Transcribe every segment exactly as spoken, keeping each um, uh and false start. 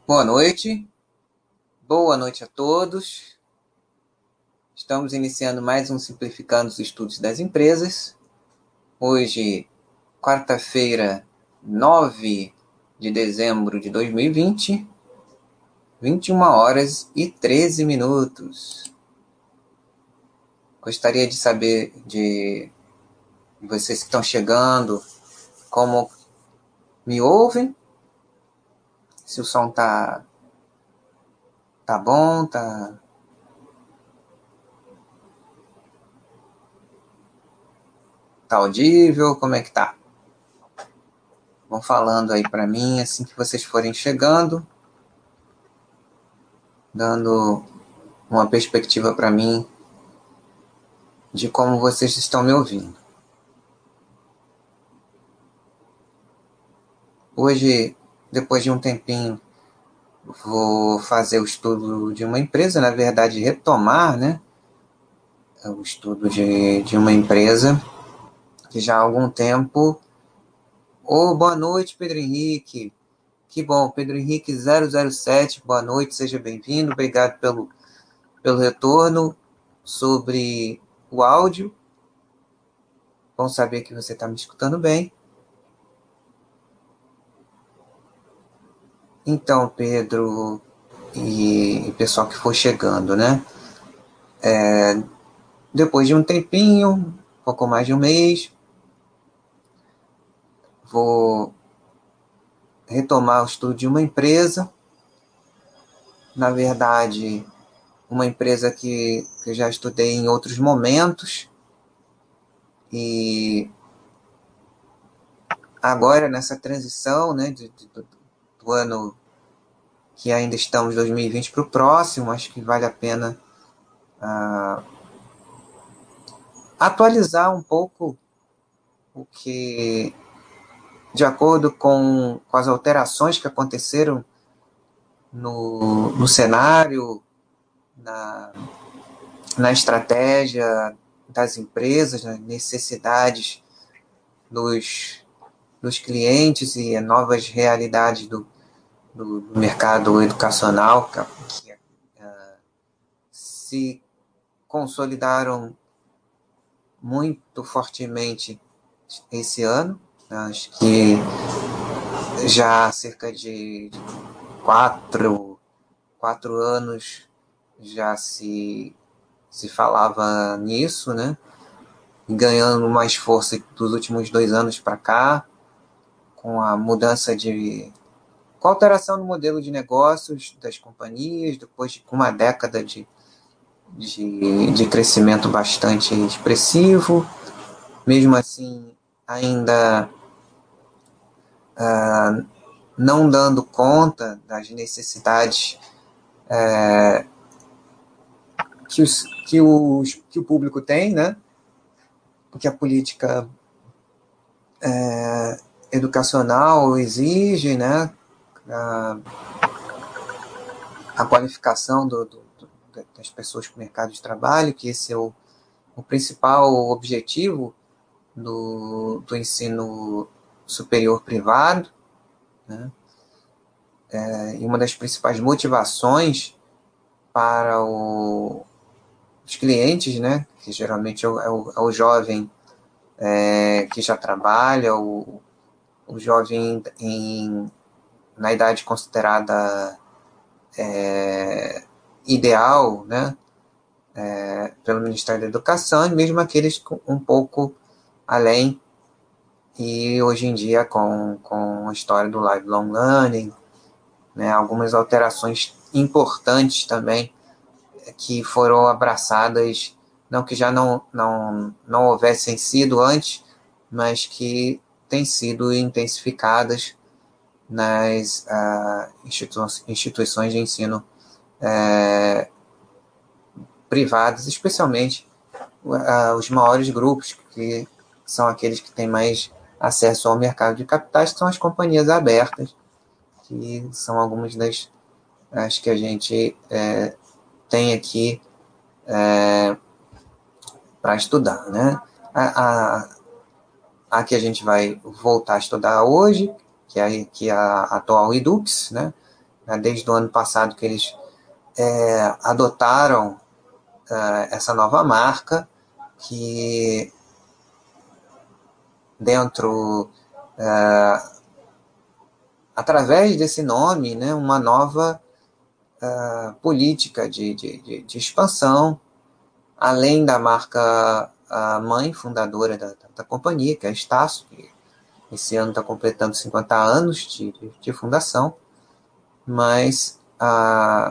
Boa noite, boa noite a todos. Estamos iniciando mais um Simplificando os Estudos das Empresas. Hoje, quarta-feira, nove de dezembro de dois mil e vinte, vinte e uma horas e treze minutos. Gostaria de saber de vocês que estão chegando, como me ouvem, se o som tá, tá bom, tá, tá audível, como é que tá? Vão falando aí para mim assim que vocês forem chegando, dando uma perspectiva para mim de como vocês estão me ouvindo. Hoje, depois de um tempinho, vou fazer o estudo de uma empresa, na verdade, retomar, né, o estudo de, de uma empresa que já há algum tempo... Ô, oh, boa noite, Pedro Henrique. Que bom, Pedro Henrique zero zero sete, boa noite, seja bem-vindo. Obrigado pelo, pelo retorno sobre o áudio. Bom saber que você está me escutando bem. Então, Pedro e, e pessoal que for chegando, né? É, depois de um tempinho, pouco mais de um mês, vou retomar o estudo de uma empresa. Na verdade, uma empresa que, que eu já estudei em outros momentos. E agora, nessa transição, né, de, de, do, do ano que ainda estamos, dois mil e vinte, para o próximo, acho que vale a pena uh, atualizar um pouco o que, de acordo com, com as alterações que aconteceram no, no cenário, na, na estratégia das empresas, nas necessidades dos, dos clientes e novas realidades do, do, do mercado educacional que uh, se consolidaram muito fortemente esse ano. Acho que já há cerca de quatro, quatro anos já se, se falava nisso, né? Ganhando mais força dos últimos dois anos para cá, com a mudança de... com a alteração no modelo de negócios das companhias, depois de uma década de, de, de crescimento bastante expressivo. Mesmo assim, ainda uh, não dando conta das necessidades é, que, os, que, os, que o público tem, né? Que a política é, educacional exige, né? A, a qualificação do, do, do, das pessoas para o mercado de trabalho, que esse é o, o principal objetivo do, do ensino superior privado, né? É, e uma das principais motivações para o, os clientes, né, que geralmente é o, é o, é o jovem é, que já trabalha, o, o jovem em, na idade considerada é, ideal, né, é, pelo Ministério da Educação, e mesmo aqueles um pouco além, e hoje em dia com, com a história do lifelong learning, né, algumas alterações importantes também que foram abraçadas, não que já não, não, não houvessem sido antes, mas que têm sido intensificadas nas uh, institu instituições de ensino uh, privadas, especialmente uh, os maiores grupos, que são aqueles que têm mais acesso ao mercado de capitais, que são as companhias abertas, que são algumas das as que a gente é, tem aqui é, para estudar, né? A, a, a que a gente vai voltar a estudar hoje, que é, que é a atual Edux, né? né, desde o ano passado que eles é, adotaram é, essa nova marca, que dentro, é, através desse nome, né, uma nova é, política de, de, de, de expansão, além da marca a mãe fundadora da, da, da companhia, que é a Estácio, que esse ano está completando cinquenta anos de, de, de fundação, mas a,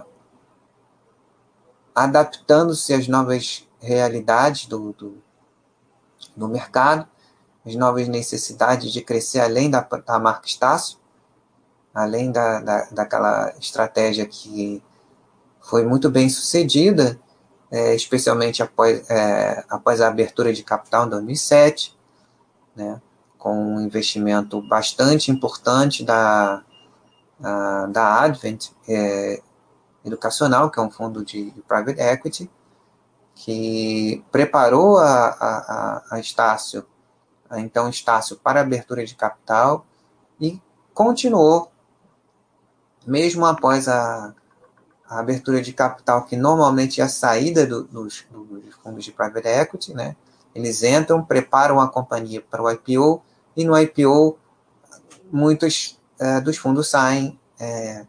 adaptando-se às novas realidades do, do, do mercado, as novas necessidades de crescer além da, da marca Estácio, além da, da, daquela estratégia que foi muito bem sucedida, é, especialmente após, é, após a abertura de capital em dois mil e sete, né, com um investimento bastante importante da, a, da Advent é, Educacional, que é um fundo de, de private equity, que preparou a, a, a Estácio, a então Estácio, para a abertura de capital e continuou, mesmo após a, a abertura de capital, que normalmente é a saída do, dos, dos fundos de private equity, né? Eles entram, preparam a companhia para o I P O, e no I P O muitos é, dos fundos saem. É,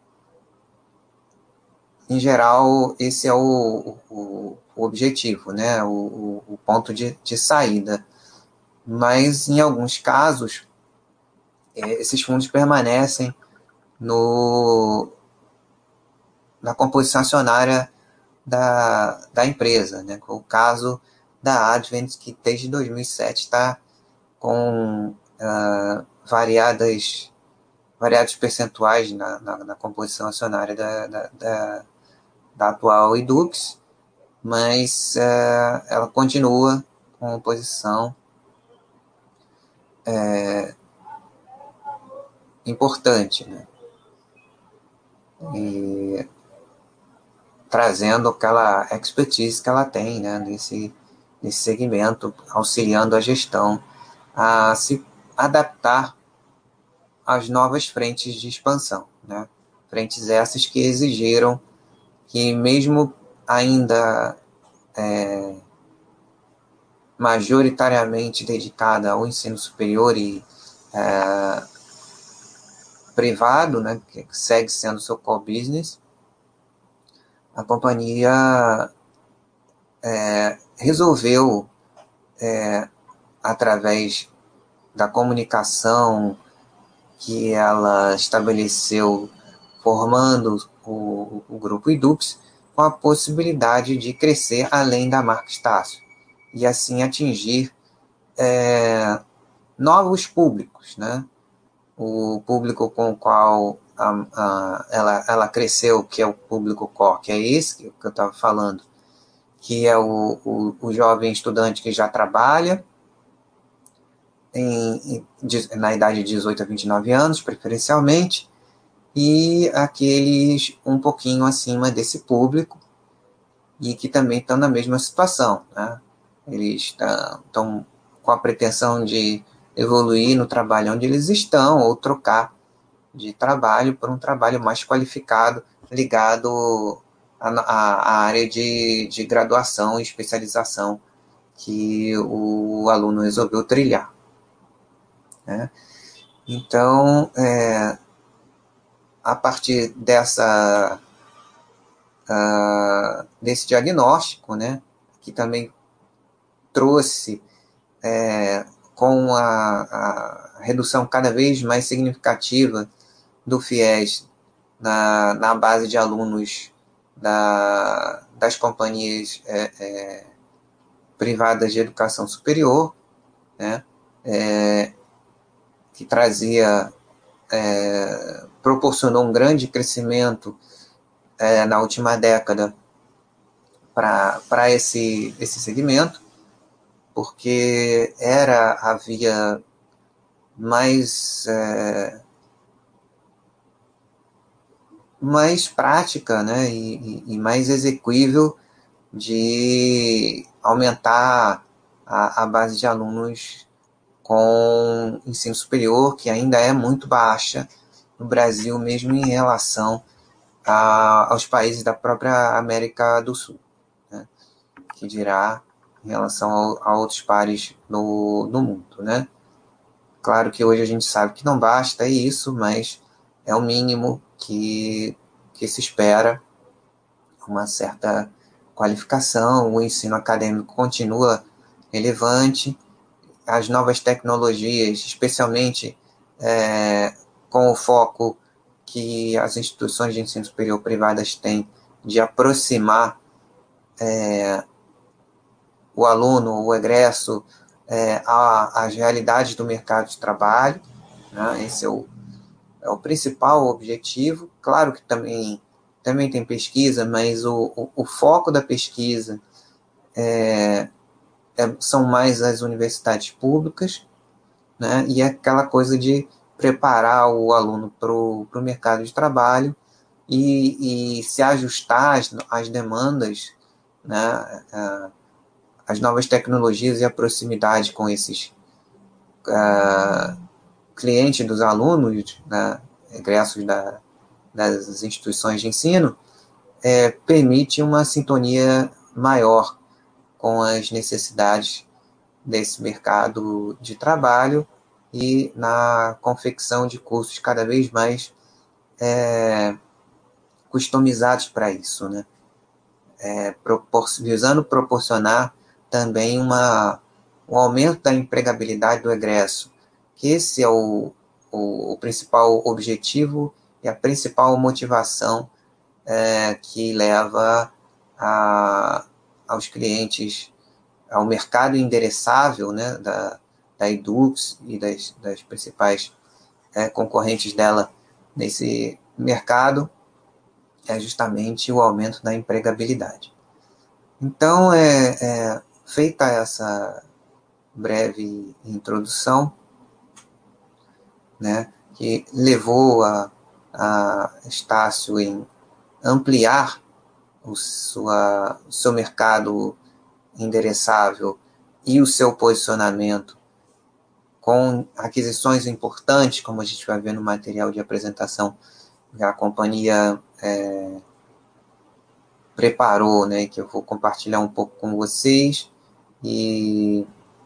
em geral, esse é o, o, o objetivo, né? o, o, o ponto de, de saída. Mas, em alguns casos, é, esses fundos permanecem no, na composição acionária da, da empresa, né? O caso da Advent, que desde dois mil e sete está com uh, variadas, variados percentuais na, na, na composição acionária da, da, da, da atual Edux, mas uh, ela continua com posição é, importante, né? E trazendo aquela expertise que ela tem, né, nesse, nesse segmento, auxiliando a gestão a se adaptar às novas frentes de expansão, né? Frentes essas que exigiram que, mesmo ainda é, majoritariamente dedicada ao ensino superior e é, privado, né, que segue sendo seu core business, a companhia é, resolveu, é, através da comunicação que ela estabeleceu formando o, o grupo Edux, com a possibilidade de crescer além da marca Estácio e assim atingir é, novos públicos, né? O público com o qual a, a, ela, ela cresceu, que é o público core, que é esse que eu estava falando, que é o, o, o jovem estudante que já trabalha, Em, na idade de dezoito a vinte e nove anos, preferencialmente, e aqueles um pouquinho acima desse público e que também estão na mesma situação, né? Eles estão com a pretensão de evoluir no trabalho onde eles estão ou trocar de trabalho por um trabalho mais qualificado ligado à, à área de, de graduação e especialização que o aluno resolveu trilhar, né? Então, é, a partir dessa, uh, desse diagnóstico, né, que também trouxe, é, com a, a redução cada vez mais significativa do FIES na, na base de alunos da, das companhias é, é, privadas de educação superior, né, é, que trazia, é, proporcionou um grande crescimento é, na última década para esse, esse segmento, porque era a via mais, é, mais prática, né, e, e mais execuível de aumentar a, a base de alunos com ensino superior, que ainda é muito baixa no Brasil, mesmo em relação a, aos países da própria América do Sul, né? Que dirá em relação ao, a outros pares no, no mundo, né? Claro que hoje a gente sabe que não basta isso, mas é o mínimo que, que se espera, uma certa qualificação, o ensino acadêmico continua relevante, as novas tecnologias, especialmente é, com o foco que as instituições de ensino superior privadas têm de aproximar é, o aluno, o egresso, é, às realidades do mercado de trabalho, né? Esse é o, é o principal objetivo. Claro que também, também tem pesquisa, mas o, o, o foco da pesquisa é, é, são mais as universidades públicas, né? E é aquela coisa de preparar o aluno para o mercado de trabalho e, e se ajustar às, às demandas, né? As novas tecnologias e a proximidade com esses uh, clientes dos alunos, né? Egressos da, das instituições de ensino, é, permite uma sintonia maior com as necessidades desse mercado de trabalho e na confecção de cursos cada vez mais é, customizados para isso, né? É, propor visando proporcionar também uma, um aumento da empregabilidade do egresso, que esse é o, o, o principal objetivo e a principal motivação é, que leva a, aos clientes ao mercado endereçável, né, da, da Edux e das, das principais é, concorrentes dela nesse mercado, é justamente o aumento da empregabilidade. Então, é, é feita essa breve introdução, né, que levou a, a Estácio em ampliar o, sua, o seu mercado endereçável e o seu posicionamento com aquisições importantes, como a gente vai ver no material de apresentação que a companhia é, preparou, né, que eu vou compartilhar um pouco com vocês e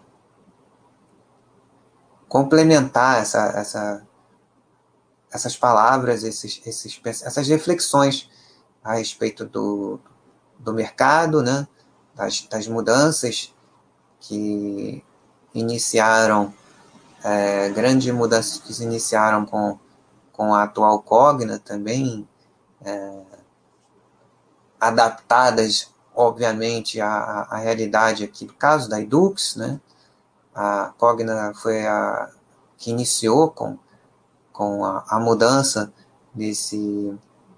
complementar essa, essa, essas palavras, esses, esses, essas reflexões a respeito do, do mercado, né, das, das mudanças que iniciaram, é, grandes mudanças que se iniciaram com, com a atual Cogna também, é, adaptadas, obviamente, à, à realidade aqui do caso da Edux, né? A Cogna foi a que iniciou com, com a, a mudança desse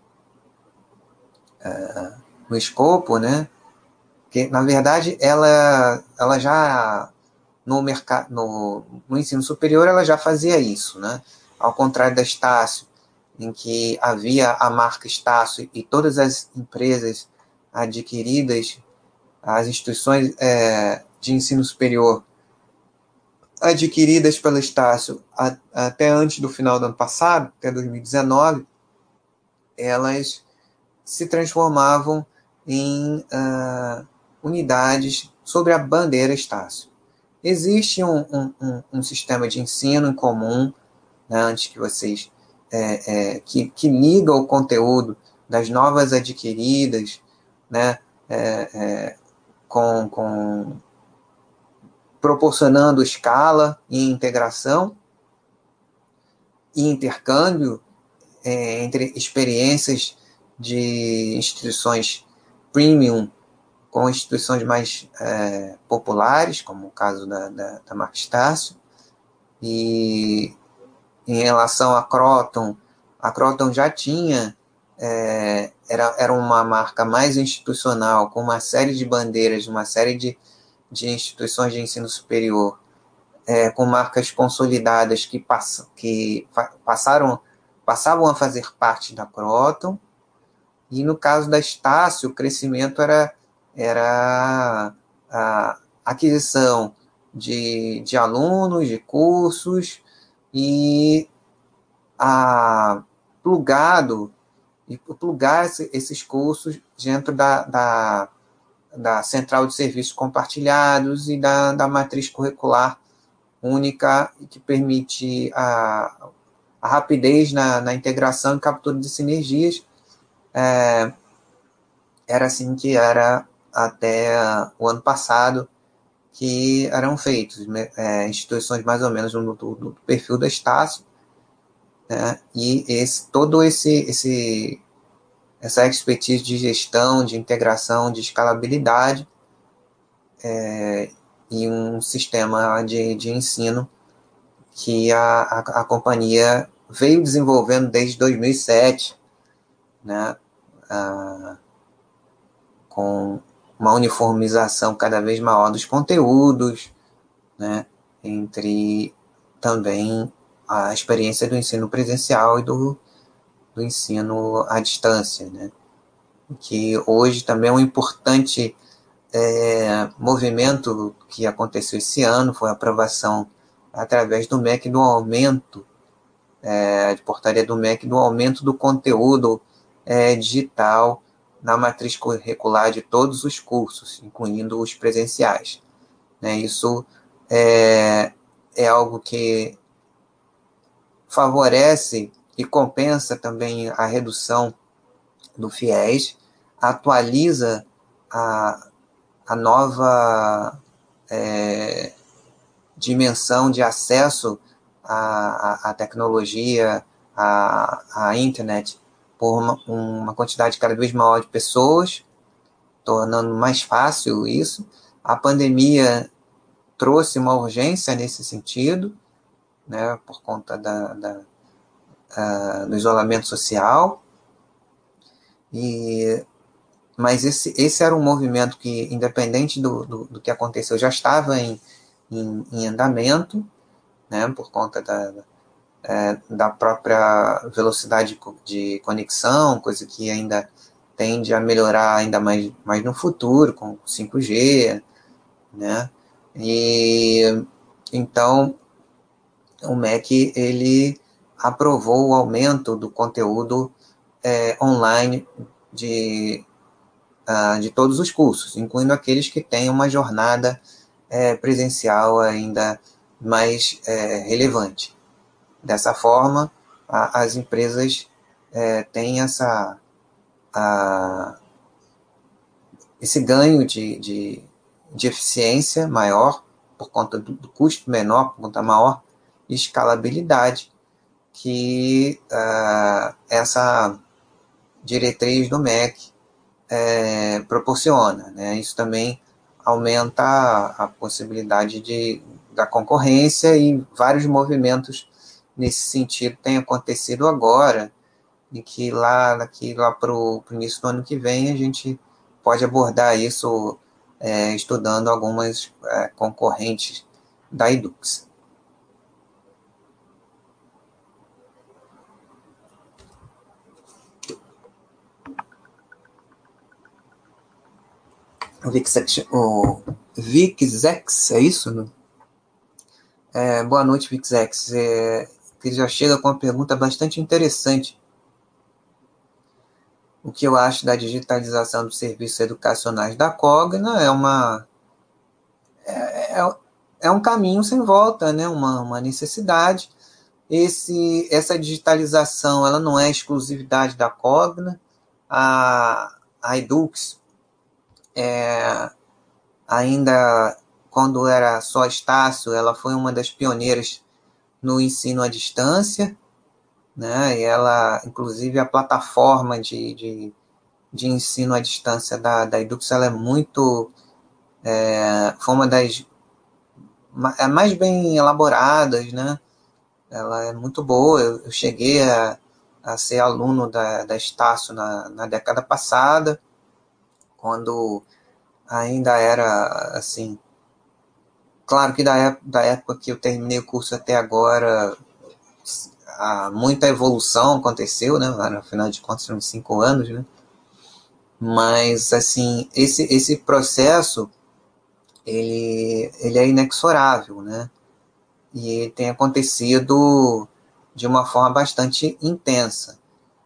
uh, no escopo, né? Que na verdade ela, ela já no mercado, no, no ensino superior ela já fazia isso, né? Ao contrário da Estácio, em que havia a marca Estácio e todas as empresas adquiridas, as instituições é, de ensino superior adquiridas pela Estácio a, até antes do final do ano passado, até dois mil e dezenove, elas se transformavam em uh, unidades sobre a bandeira Estácio. Existe um, um, um, um sistema de ensino em comum, né, antes que vocês é, é, que, que liga o conteúdo das novas adquiridas, né, é, é, com, com proporcionando escala e integração e intercâmbio é, entre experiências de instituições premium com instituições mais é, populares, como o caso da, da, da Marca Estácio. E em relação à Croton, a Croton já tinha, é, era, era uma marca mais institucional, com uma série de bandeiras, uma série de, de instituições de ensino superior, é, com marcas consolidadas que, pass, que passaram, passavam a fazer parte da Croton. E no caso da Estácio, o crescimento era, era a aquisição de, de alunos, de cursos, e a, plugado e plugar esse, esses cursos dentro da, da, da central de serviços compartilhados e da, da matriz curricular única, que permite a, a rapidez na, na integração e captura de sinergias. É, era assim que era até o ano passado, que eram feitos, é, instituições mais ou menos no, do, do perfil da Estácio, né? E esse, todo esse, esse, essa expertise de gestão, de integração, de escalabilidade, é, e um sistema de, de ensino que a, a, a companhia veio desenvolvendo desde dois mil e sete, né? Ah, com uma uniformização cada vez maior dos conteúdos, né? Entre também a experiência do ensino presencial e do, do ensino à distância, né? Que hoje também é um importante é, movimento que aconteceu esse ano, foi a aprovação através do M E C do aumento, é, de portaria do M E C, do aumento do conteúdo é, digital na matriz curricular de todos os cursos, incluindo os presenciais, né? Isso é, é algo que favorece e compensa também a redução do FIES, atualiza a, a nova é, dimensão de acesso à, à tecnologia, à, à internet, por uma, uma quantidade cada vez maior de pessoas, tornando mais fácil isso. A pandemia trouxe uma urgência nesse sentido, né, por conta da, da, uh, do isolamento social, e, mas esse, esse era um movimento que, independente do, do, do que aconteceu, já estava em, em, em andamento, né, por conta da, é, da própria velocidade de conexão, coisa que ainda tende a melhorar ainda mais, mais no futuro, com cinco G, né, e então o M E C, ele aprovou o aumento do conteúdo é, online de, uh, de todos os cursos, incluindo aqueles que têm uma jornada é, presencial ainda mais é, relevante. Dessa forma, a, as empresas é, têm essa, a, esse ganho de, de, de eficiência maior, por conta do, do custo menor, por conta da maior escalabilidade que uh, essa diretriz do M E C é, proporciona, né? Isso também aumenta a, a possibilidade de, da concorrência, e vários movimentos nesse sentido têm acontecido agora, e que lá, daqui lá para o início do ano que vem a gente pode abordar isso é, estudando algumas é, concorrentes da Edux. O Vixex, o Vixex, é isso? É, boa noite, Vixex. É, ele já chega com uma pergunta bastante interessante. O que eu acho da digitalização dos serviços educacionais da Cogna é uma é, é, é um caminho sem volta, né? uma, uma necessidade. Esse, essa digitalização ela não é exclusividade da Cogna. A, a Edux é, ainda quando era só Estácio, ela foi uma das pioneiras no ensino à distância, né? E ela, inclusive, a plataforma de, de, de ensino à distância da, da Edux, ela é muito, é, foi uma das é mais bem elaboradas, né? Ela é muito boa. Eu, eu cheguei a, a ser aluno da, da Estácio na, na década passada, quando ainda era assim. Claro que da época, da época que eu terminei o curso até agora, muita evolução aconteceu, né? Afinal de contas, são cinco anos, né? Mas, assim, esse, esse processo, ele, ele é inexorável, né? E tem acontecido de uma forma bastante intensa.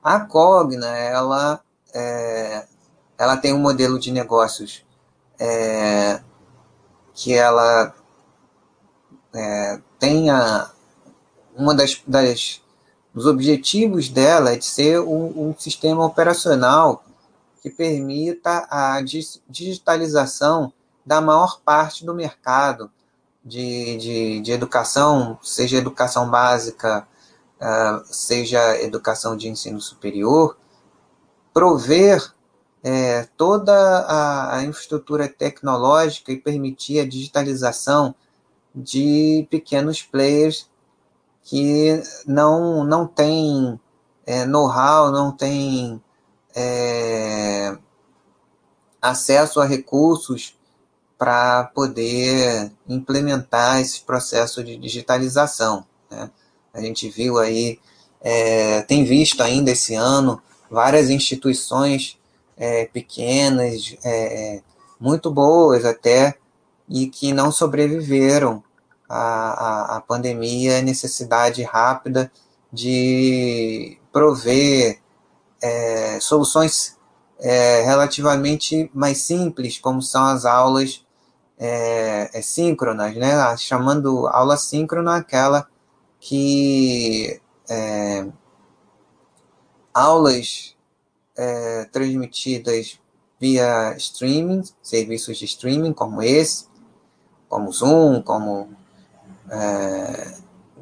A Cogna, ela, é, ela tem um modelo de negócios é, que ela é, tem a, uma das, das dos objetivos dela é de ser um, um sistema operacional que permita a digitalização da maior parte do mercado de, de, de educação, seja educação básica, uh, seja educação de ensino superior, prover é, toda a, a infraestrutura tecnológica e permitir a digitalização de pequenos players que não, não têm é, know-how, não têm é, acesso a recursos para poder implementar esse processo de digitalização, né? A gente viu aí, é, tem visto ainda esse ano, várias instituições é, pequenas, é, muito boas até, e que não sobreviveram à, à, à pandemia, necessidade rápida de prover é, soluções é, relativamente mais simples, como são as aulas é, é, síncronas, né? Chamando aula síncrona aquela que é, aulas é, transmitidas via streaming, serviços de streaming como esse, como Zoom, como é,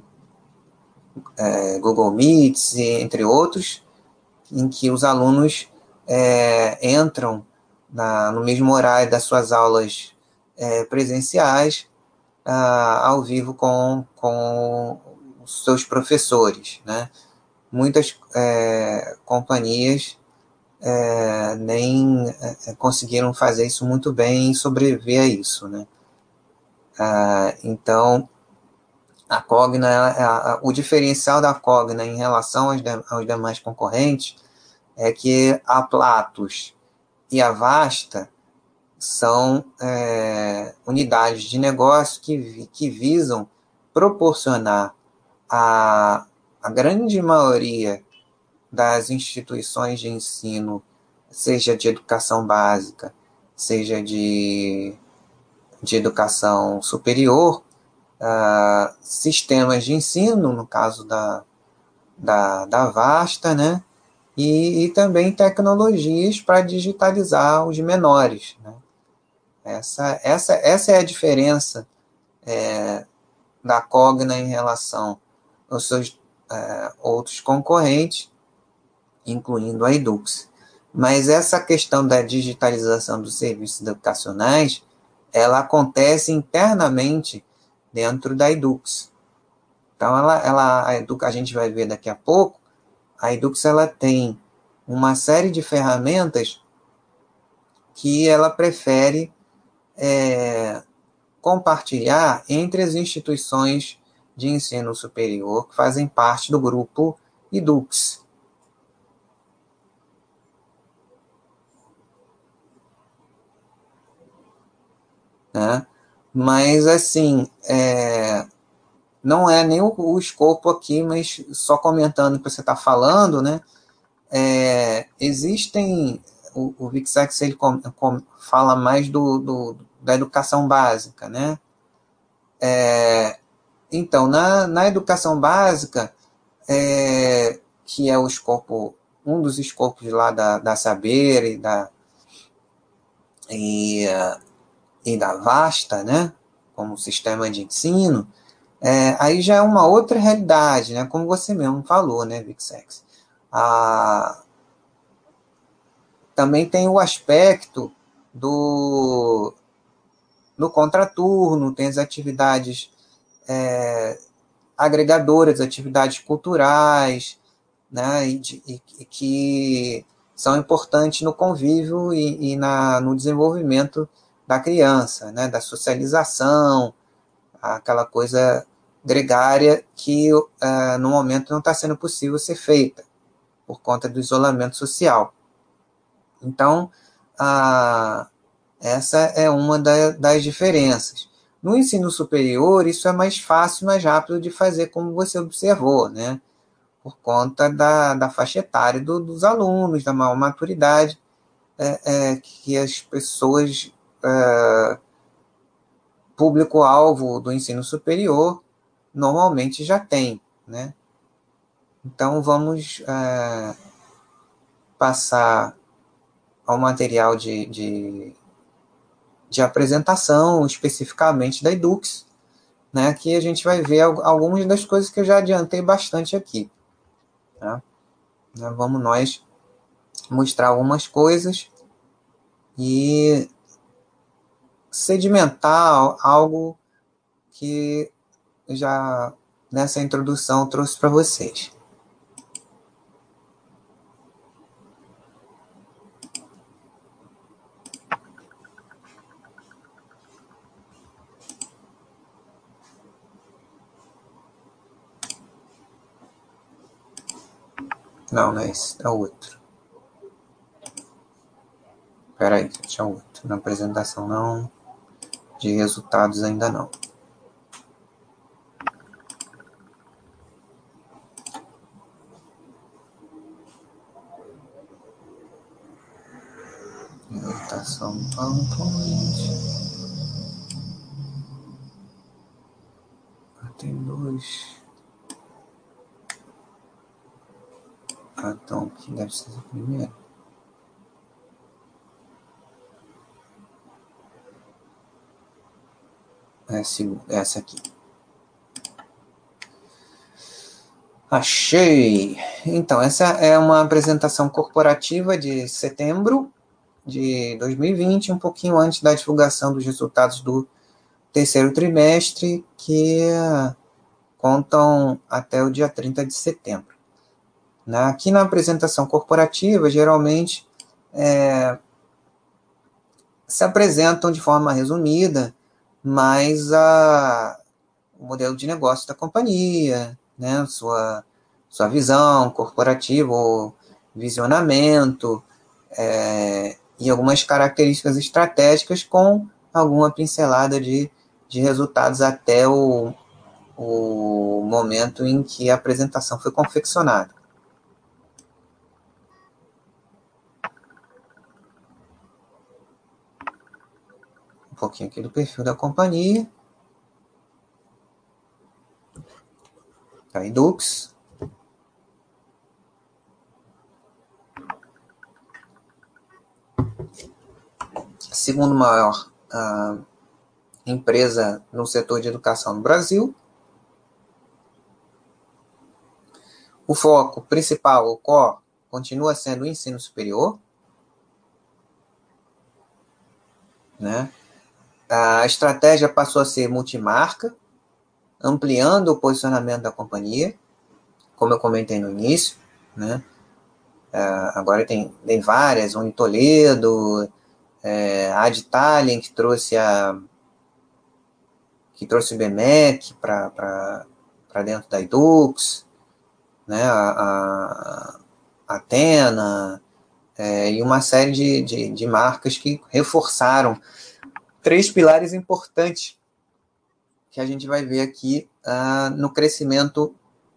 é, Google Meets, entre outros, em que os alunos é, entram na, no mesmo horário das suas aulas é, presenciais, ah, ao vivo com, com os seus professores, né? Muitas é, companhias é, nem é, conseguiram fazer isso muito bem e sobreviver a isso, né? Ah, então, a Cogna, a, a, o diferencial da Cogna em relação aos, de, aos demais concorrentes é que a Platos e a Vasta são é, unidades de negócio que, que visam proporcionar a, a grande maioria das instituições de ensino, seja de educação básica, seja de, de educação superior, uh, sistemas de ensino, no caso da, da, da Vasta, né? E, e também tecnologias para digitalizar os menores, né? Essa, essa, essa é a diferença é, da Cogna em relação aos seus é, outros concorrentes, incluindo a Edux. Mas essa questão da digitalização dos serviços educacionais, ela acontece internamente dentro da Edux. Então, ela, ela, a, Edux, a gente vai ver daqui a pouco, a Edux ela tem uma série de ferramentas que ela prefere é, compartilhar entre as instituições de ensino superior que fazem parte do grupo Edux. Né? Mas, assim, é, não é nem o, o escopo aqui, mas só comentando o que você está falando, né? É, existem, o, o Vixex ele com, com, fala mais do, do, da educação básica, né? É, então, na, na educação básica, é, que é o escopo, um dos escopos lá da, da Saber e da, e, e da Vasta, né? Como sistema de ensino, é, aí já é uma outra realidade, né? Como você mesmo falou, né, Vixex? A, também tem o aspecto do, do contraturno, tem as atividades é, agregadoras, atividades culturais, né, e, de, e, e que são importantes no convívio e, e na, no desenvolvimento da criança, né, da socialização, aquela coisa gregária que uh, no momento não está sendo possível ser feita por conta do isolamento social. Então, a, essa é uma da, das diferenças. No ensino superior, isso é mais fácil, mais rápido de fazer, como você observou, né? por conta da, da faixa etária do, dos alunos, da maior maturidade é, é, que as pessoas, é, público-alvo do ensino superior, normalmente já têm, né? Então, vamos é, passar ao material de, de, de apresentação, especificamente da Edux, né? Que a gente vai ver algumas das coisas que eu já adiantei bastante aqui. Tá? Vamos nós mostrar algumas coisas e sedimentar algo que já nessa introdução trouxe para vocês. Não, não é esse, é o outro. Espera aí, tinha outro. Na apresentação não, de resultados ainda não. Apresentação PowerPoint. Tem dois. Ah, então, que deve ser o primeiro. É essa aqui. Achei! Então, essa é uma apresentação corporativa de setembro de dois mil e vinte, um pouquinho antes da divulgação dos resultados do terceiro trimestre, que contam até o dia trinta de setembro. Aqui na apresentação corporativa, geralmente, é, se apresentam de forma resumida, mas a, o modelo de negócio da companhia, né, sua, sua visão corporativa, ou visionamento, é, e algumas características estratégicas com alguma pincelada de, de resultados até o, o momento em que a apresentação foi confeccionada. Um pouquinho aqui do perfil da companhia. A Edux. Segundo maior uh, empresa no setor de educação no Brasil. O foco principal, o core, continua sendo o ensino superior. Né? A estratégia passou a ser multimarca, ampliando o posicionamento da companhia, como eu comentei no início. Né? Uh, agora tem, tem várias, um em Toledo, é, a Adtalien, que trouxe a que trouxe o B M E C para dentro da Edux, né, a, a, a Atena, é, e uma série de, de, de marcas que reforçaram três pilares importantes que a gente vai ver aqui uh, no crescimento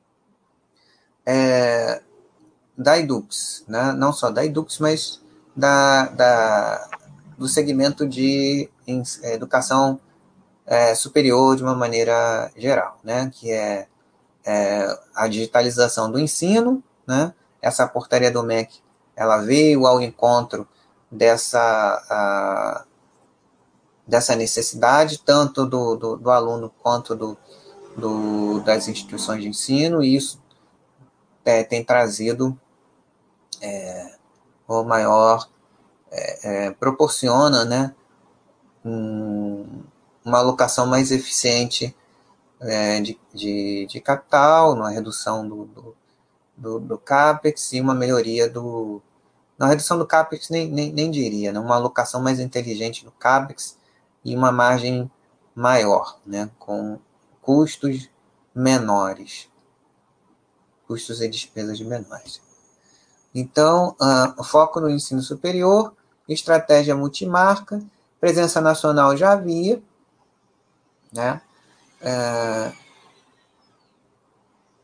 é, da Edux, né? Não só da Edux, mas da, da, do segmento de educação é, superior de uma maneira geral, né? Que é, é a digitalização do ensino, né? Essa portaria do M E C, ela veio ao encontro dessa, a, dessa necessidade, tanto do, do, do aluno quanto do, do, das instituições de ensino, e isso é, tem trazido é, o maior, é, é, proporciona, né, um, uma alocação mais eficiente é, de, de, de capital, uma redução do, do, do, do CAPEX e uma melhoria do... Na redução do CAPEX, nem, nem, nem diria, né, uma alocação mais inteligente do CAPEX e uma margem maior, né, com custos menores, custos e despesas menores. Então, uh, foco no ensino superior, estratégia multimarca, presença nacional já havia, né? Uh,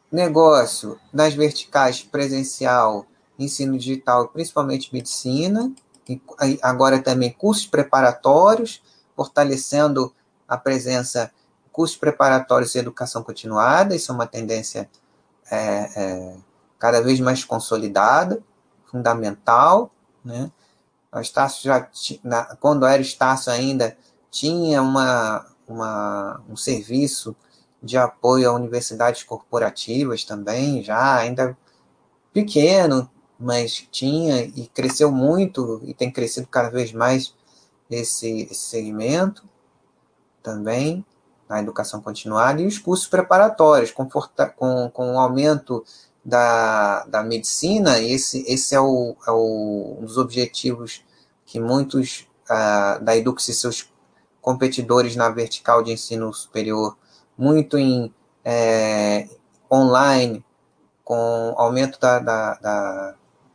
negócio nas verticais presencial, ensino digital, principalmente medicina, e agora também cursos preparatórios, fortalecendo a presença de cursos preparatórios e educação continuada. Isso é uma tendência é, é, cada vez mais consolidada, fundamental, né? A Estácio já, na, quando era Estácio ainda, tinha uma, uma, um serviço de apoio a universidades corporativas também, já ainda pequeno, mas tinha e cresceu muito e tem crescido cada vez mais esse, esse segmento também, na educação continuada, e os cursos preparatórios, com, com, com o aumento da, da medicina, esse, esse é, o, é o, um dos objetivos que muitos uh, da Edux e seus competidores na vertical de ensino superior, muito em é, online, com aumento da, da, da,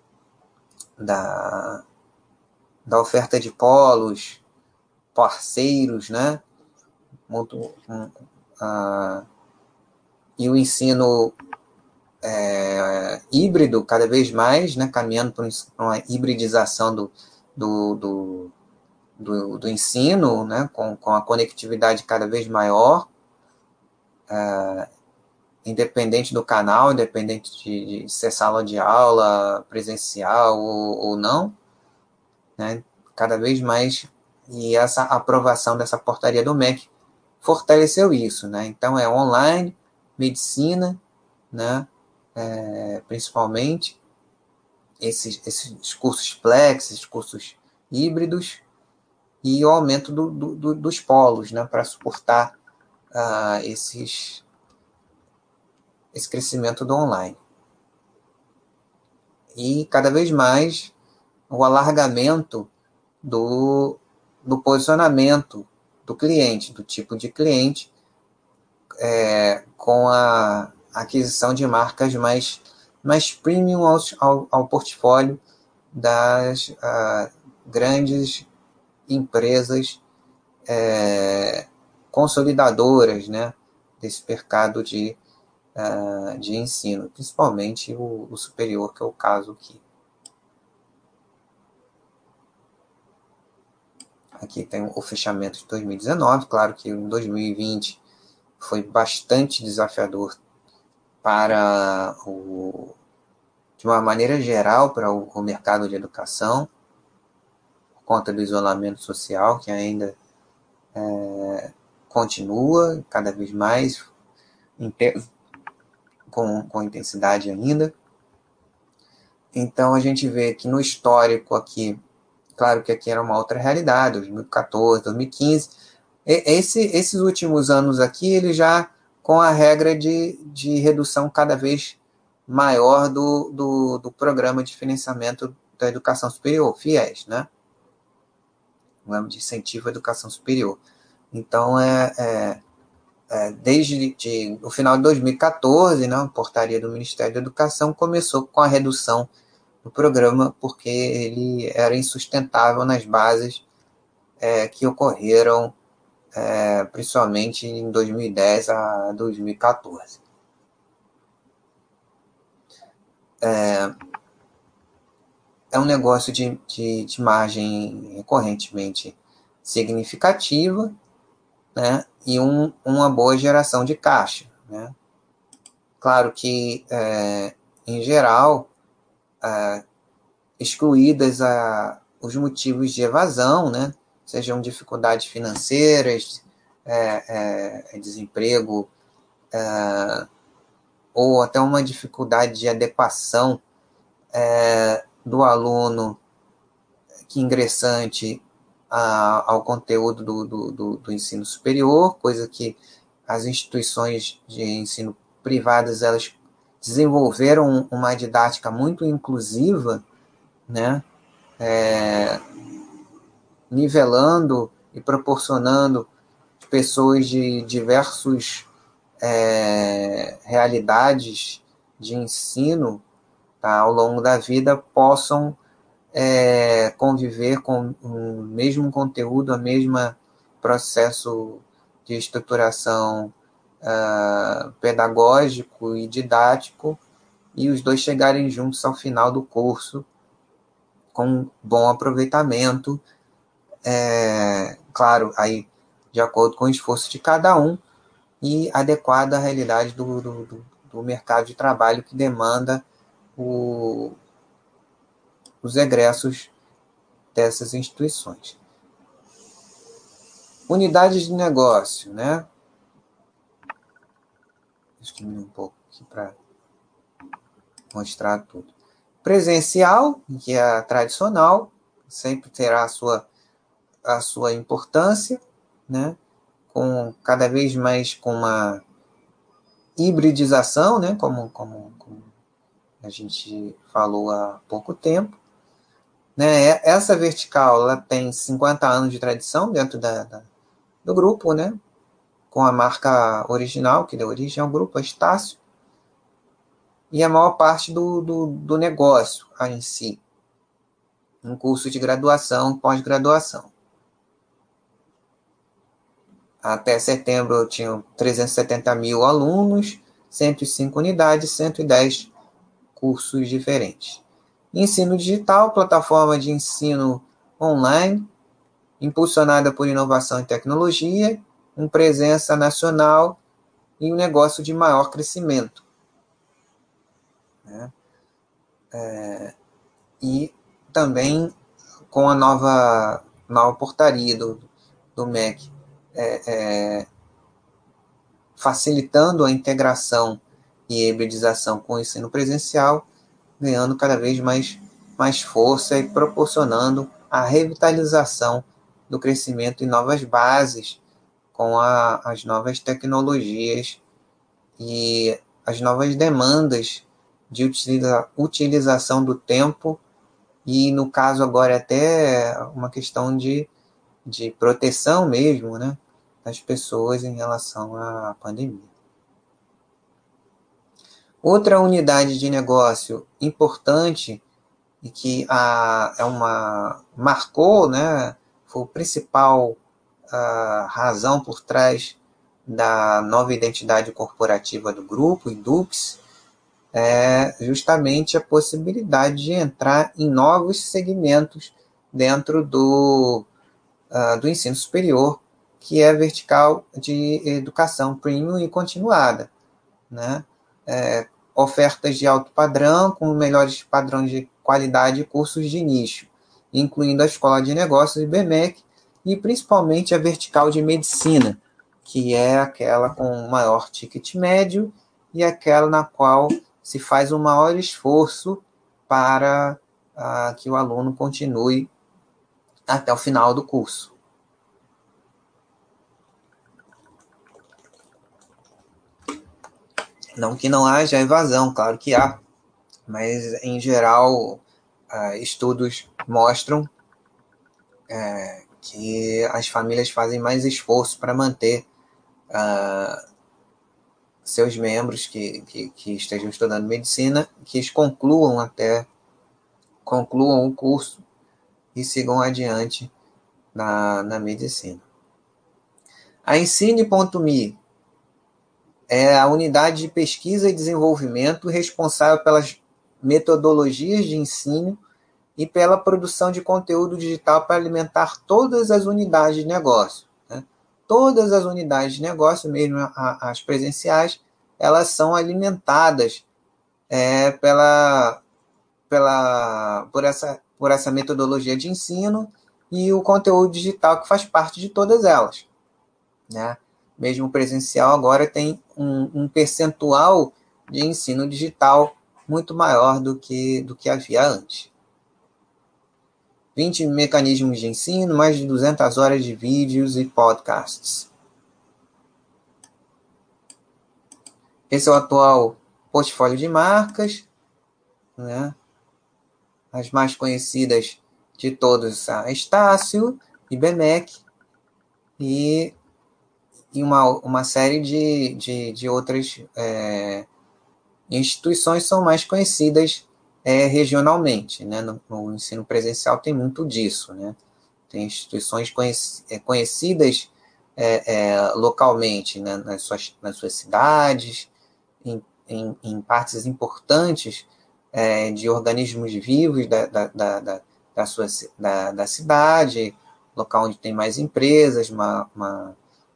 da, da oferta de polos, parceiros, né? Muito, um, uh, e o ensino é, híbrido cada vez mais, né, caminhando para uma hibridização do, do, do, do, do ensino, né, com, com a conectividade cada vez maior, é, independente do canal, independente de, de ser sala de aula presencial ou, ou não, né, cada vez mais, e essa aprovação dessa portaria do M E C fortaleceu isso, né, então é online, medicina, né, é, principalmente, esses, esses cursos flex, esses cursos híbridos, e o aumento do, do, dos polos, né, para suportar uh, esses, esse crescimento do online. E cada vez mais o alargamento do, do posicionamento do cliente, do tipo de cliente, é, com a aquisição de marcas mais, mais premium ao, ao, ao portfólio das uh, grandes empresas é, consolidadoras, né, desse mercado de, uh, de ensino, principalmente o, o superior, que é o caso aqui. Aqui tem o fechamento de dois mil e dezenove, claro que em dois mil e vinte foi bastante desafiador para o, de uma maneira geral, para o, o mercado de educação, por conta do isolamento social, que ainda é, continua cada vez mais com, com intensidade ainda. Então a gente vê que no histórico aqui, claro que aqui era uma outra realidade, dois mil e quatorze, dois mil e quinze, esse, esses últimos anos aqui, ele já com a regra de, de redução cada vez maior do, do, do programa de financiamento da educação superior, FIES, né? Programa de incentivo à educação superior. Então, é, é, é desde de, o final de dois mil e quatorze, né, a portaria do Ministério da Educação começou com a redução do programa, porque ele era insustentável nas bases é, que ocorreram é, principalmente em dois mil e dez a dois mil e quatorze. É, é um negócio de, de, de margem recorrentemente significativa, né, e um, uma boa geração de caixa, né? Claro que, é, em geral, é, excluídas a, os motivos de evasão, né, sejam dificuldades financeiras, é, é, desemprego, é, ou até uma dificuldade de adequação é, do aluno que ingressante a, ao conteúdo do, do, do, do ensino superior, coisa que as instituições de ensino privadas elas desenvolveram uma didática muito inclusiva, né, é, nivelando e proporcionando pessoas de diversos é, realidades de ensino, tá, ao longo da vida possam é, conviver com o mesmo conteúdo, o mesmo processo de estruturação uh, pedagógico e didático, e os dois chegarem juntos ao final do curso com bom aproveitamento, é, claro, aí de acordo com o esforço de cada um e adequado à realidade do, do, do, do mercado de trabalho que demanda o, os egressos dessas instituições. Unidades de negócio, né? Deixa eu diminuir um pouco aqui para mostrar tudo. Presencial, que é a tradicional, sempre terá a sua, a sua importância, né? Com cada vez mais com uma hibridização, né? Como, como, como a gente falou há pouco tempo. Né? Essa vertical ela tem cinquenta anos de tradição dentro da, da, do grupo, né? Com a marca original que deu origem ao grupo, a Estácio, e a maior parte do, do, do negócio em si, um curso de graduação, pós-graduação. Até setembro eu tinha trezentos e setenta mil alunos, cento e cinco unidades, cento e dez cursos diferentes. Ensino digital, plataforma de ensino online, impulsionada por inovação e tecnologia, com presença nacional e um negócio de maior crescimento. Né? É, e também com a nova, nova portaria do, do M E C, é, é, facilitando a integração e hibridização com o ensino presencial, ganhando cada vez mais, mais força e proporcionando a revitalização do crescimento em novas bases com a, as novas tecnologias e as novas demandas de utiliza, utilização do tempo e, no caso agora, até uma questão de, de proteção mesmo, né, das pessoas em relação à pandemia. Outra unidade de negócio importante e que a, é uma, marcou, né, foi o principal a razão por trás da nova identidade corporativa do grupo, IDUX, é justamente a possibilidade de entrar em novos segmentos dentro do, uh, do ensino superior, que é a vertical de educação premium e continuada, né? É, ofertas de alto padrão, com melhores padrões de qualidade e cursos de nicho, incluindo a Escola de Negócios e B M E C, e principalmente a vertical de medicina, que é aquela com maior ticket médio e aquela na qual se faz um maior esforço para uh, que o aluno continue até o final do curso. Não que não haja evasão, claro que há, mas em geral uh, estudos mostram uh, que as famílias fazem mais esforço para manter uh, seus membros que, que, que estejam estudando medicina, que eles concluam até concluam o curso e sigam adiante na, na medicina. A Ensine ponto me é a unidade de pesquisa e desenvolvimento responsável pelas metodologias de ensino e pela produção de conteúdo digital para alimentar todas as unidades de negócio. Né? Todas as unidades de negócio, mesmo as presenciais, elas são alimentadas é, pela, pela, por, essa, por essa metodologia de ensino e o conteúdo digital que faz parte de todas elas. Né? Mesmo presencial agora tem um, um percentual de ensino digital muito maior do que, do que havia antes. vinte mecanismos de ensino, mais de duzentas horas de vídeos e podcasts. Esse é o atual portfólio de marcas, né? As mais conhecidas de todos, a Estácio e B M E C, e, e uma, uma série de, de, de outras é, instituições são mais conhecidas é, regionalmente. Né? No, no ensino presencial tem muito disso, né? Tem instituições conhecidas é, é, localmente, né, nas, suas, nas suas cidades, em, em, em partes importantes é, de organismos vivos da, da, da, da, da, sua, da, da cidade, local onde tem mais empresas, uma, uma,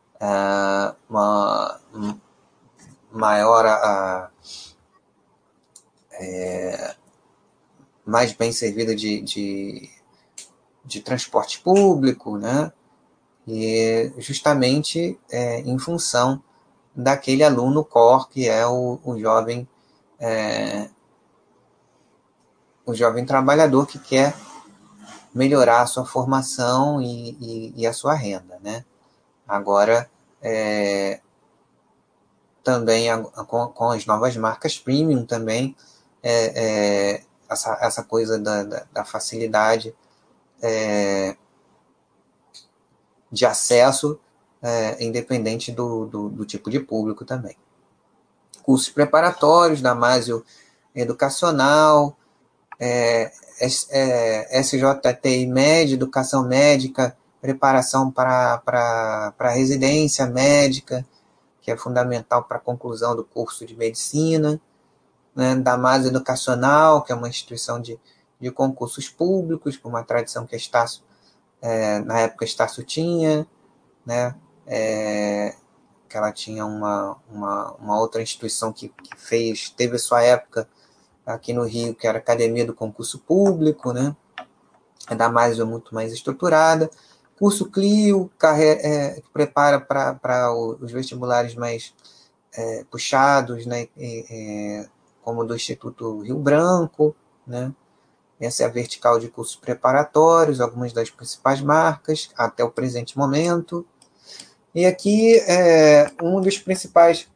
uma maior, a, é, mais bem servida de, de, de transporte público, né? E justamente é, em função daquele aluno core que é o, o jovem é, o jovem trabalhador que quer melhorar a sua formação e, e, e a sua renda, né? Agora, é, também a, com, com as novas marcas premium também, é, é, essa, essa coisa da, da, da facilidade é, de acesso, é, independente do, do, do tipo de público também. Cursos preparatórios da Másio Educacional, é, é, S J T I Med, Educação Médica, preparação para, para, para residência médica, que é fundamental para a conclusão do curso de medicina, né, da Másio Educacional, que é uma instituição de, de concursos públicos, com uma tradição que a Estácio, é, na época Estácio tinha, né, é, que ela tinha uma, uma, uma outra instituição que, que fez, teve a sua época aqui no Rio, que era a Academia do Concurso Público, né? A da Mais é muito mais estruturada. Curso Clio, carre- é, que prepara para os vestibulares mais é, puxados, né? E, é, como do Instituto Rio Branco, né? Essa é a vertical de cursos preparatórios, algumas das principais marcas, até o presente momento. E aqui, é, um dos principais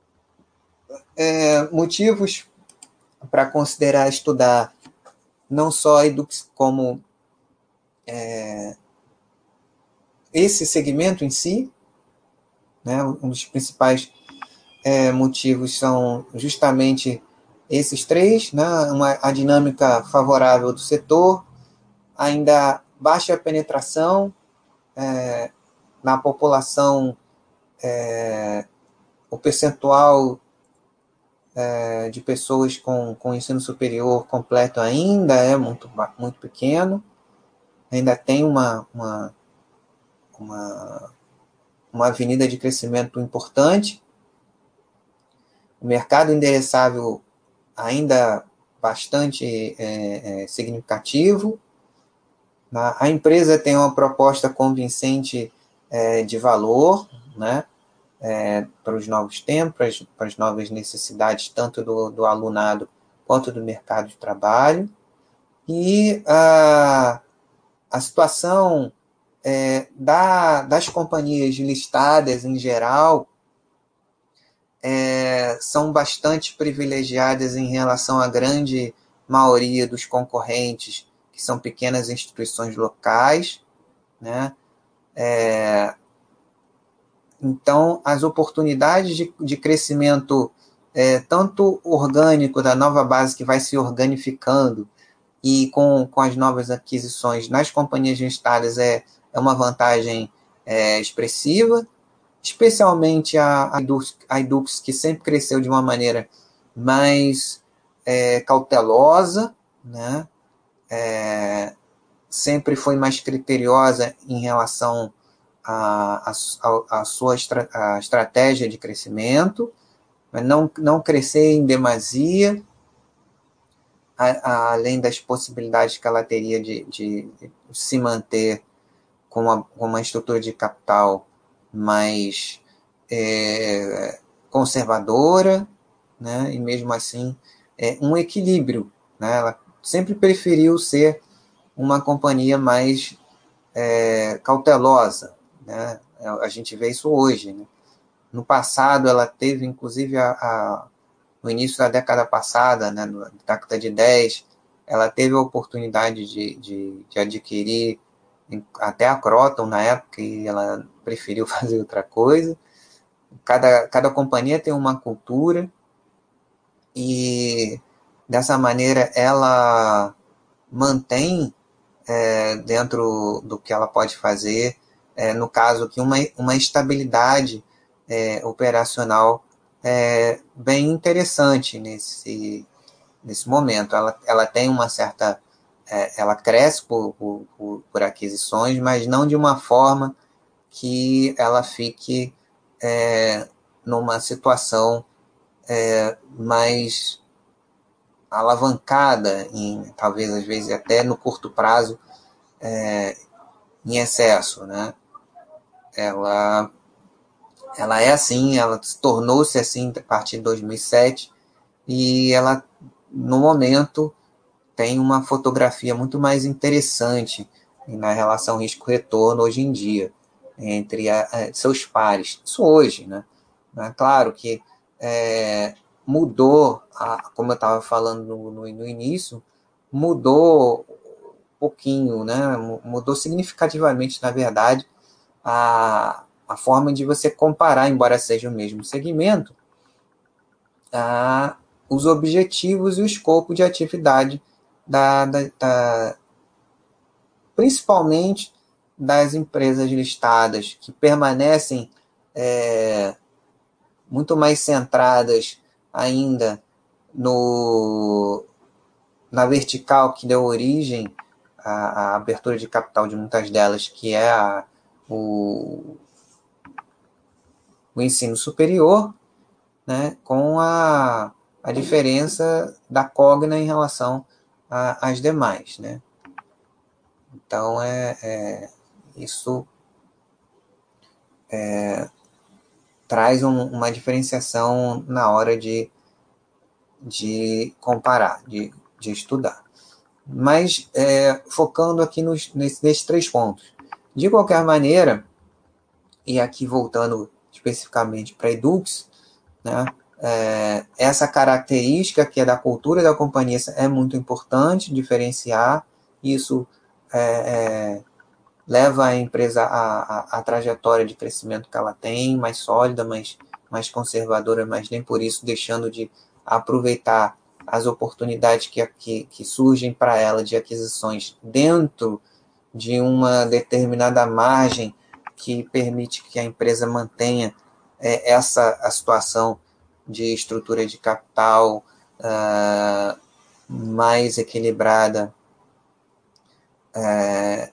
é, motivos para considerar estudar não só a Edux como é, esse segmento em si, né, um dos principais é, motivos são justamente esses três, né, uma, a dinâmica favorável do setor, ainda baixa penetração é, na população, é, o percentual é, de pessoas com, com ensino superior completo ainda é muito, muito pequeno, ainda tem uma, uma, uma, uma avenida de crescimento importante, o mercado endereçável ainda bastante é, é, significativo, a empresa tem uma proposta convincente é, de valor, né, é, para os novos tempos, para as, para as novas necessidades, tanto do, do alunado quanto do mercado de trabalho. E a, a situação é, da, das companhias listadas em geral é, são bastante privilegiadas em relação à grande maioria dos concorrentes, que são pequenas instituições locais, né? É, então, as oportunidades de, de crescimento, é, tanto orgânico da nova base que vai se organificando e com, com as novas aquisições nas companhias listadas é, é uma vantagem é, expressiva, especialmente a, a, Edux, a Edux, que sempre cresceu de uma maneira mais é, cautelosa, né? É, sempre foi mais criteriosa em relação à a, a, a, sua estra, a estratégia de crescimento, mas não, não crescer em demasia, a, a, além das possibilidades que ela teria de, de, de se manter com uma, com uma estrutura de capital mais é, conservadora, né? E mesmo assim é, um equilíbrio, né? Ela sempre preferiu ser uma companhia mais é, cautelosa, né? A gente vê isso hoje, né? No passado ela teve, inclusive, a, a, no início da década passada, né, na década de dez, ela teve a oportunidade de, de, de adquirir até a Croton na época, e ela preferiu fazer outra coisa. Cada, cada companhia tem uma cultura, e dessa maneira ela mantém é, dentro do que ela pode fazer é, no caso aqui, uma, uma estabilidade é, operacional é, bem interessante nesse, nesse momento. Ela, ela tem uma certa... É, ela cresce por, por, por aquisições, mas não de uma forma que ela fique é, numa situação é, mais alavancada, em, talvez às vezes até no curto prazo, é, em excesso, né? Ela, ela é assim, ela tornou-se assim a partir de dois mil e sete e ela, no momento, tem uma fotografia muito mais interessante na relação risco-retorno hoje em dia, entre a, a, seus pares. Isso hoje, né? É claro que é, mudou, a, como eu estava falando no, no, no início, mudou um pouquinho, né? Mudou significativamente, na verdade, a, a forma de você comparar, embora seja o mesmo segmento, a, os objetivos e o escopo de atividade da, da, da, principalmente das empresas listadas, que permanecem é, muito mais centradas ainda no, na vertical que deu origem à, à abertura de capital de muitas delas, que é a, o, o ensino superior, né, com a, a diferença da Cogna em relação às demais, né? Então, é, é isso é, traz um, uma diferenciação na hora de, de comparar, de, de estudar. Mas, é, focando aqui nos, nesses, nesses três pontos. De qualquer maneira, e aqui voltando especificamente para a Edux, né, é, essa característica que é da cultura da companhia é muito importante, diferenciar. Isso é, é, leva a empresa a, a, a trajetória de crescimento que ela tem, mais sólida, mais, mais conservadora, mas nem por isso deixando de aproveitar as oportunidades que, que, que surgem para ela de aquisições dentro de uma determinada margem que permite que a empresa mantenha é, essa a situação de estrutura de capital uh, mais equilibrada, uh,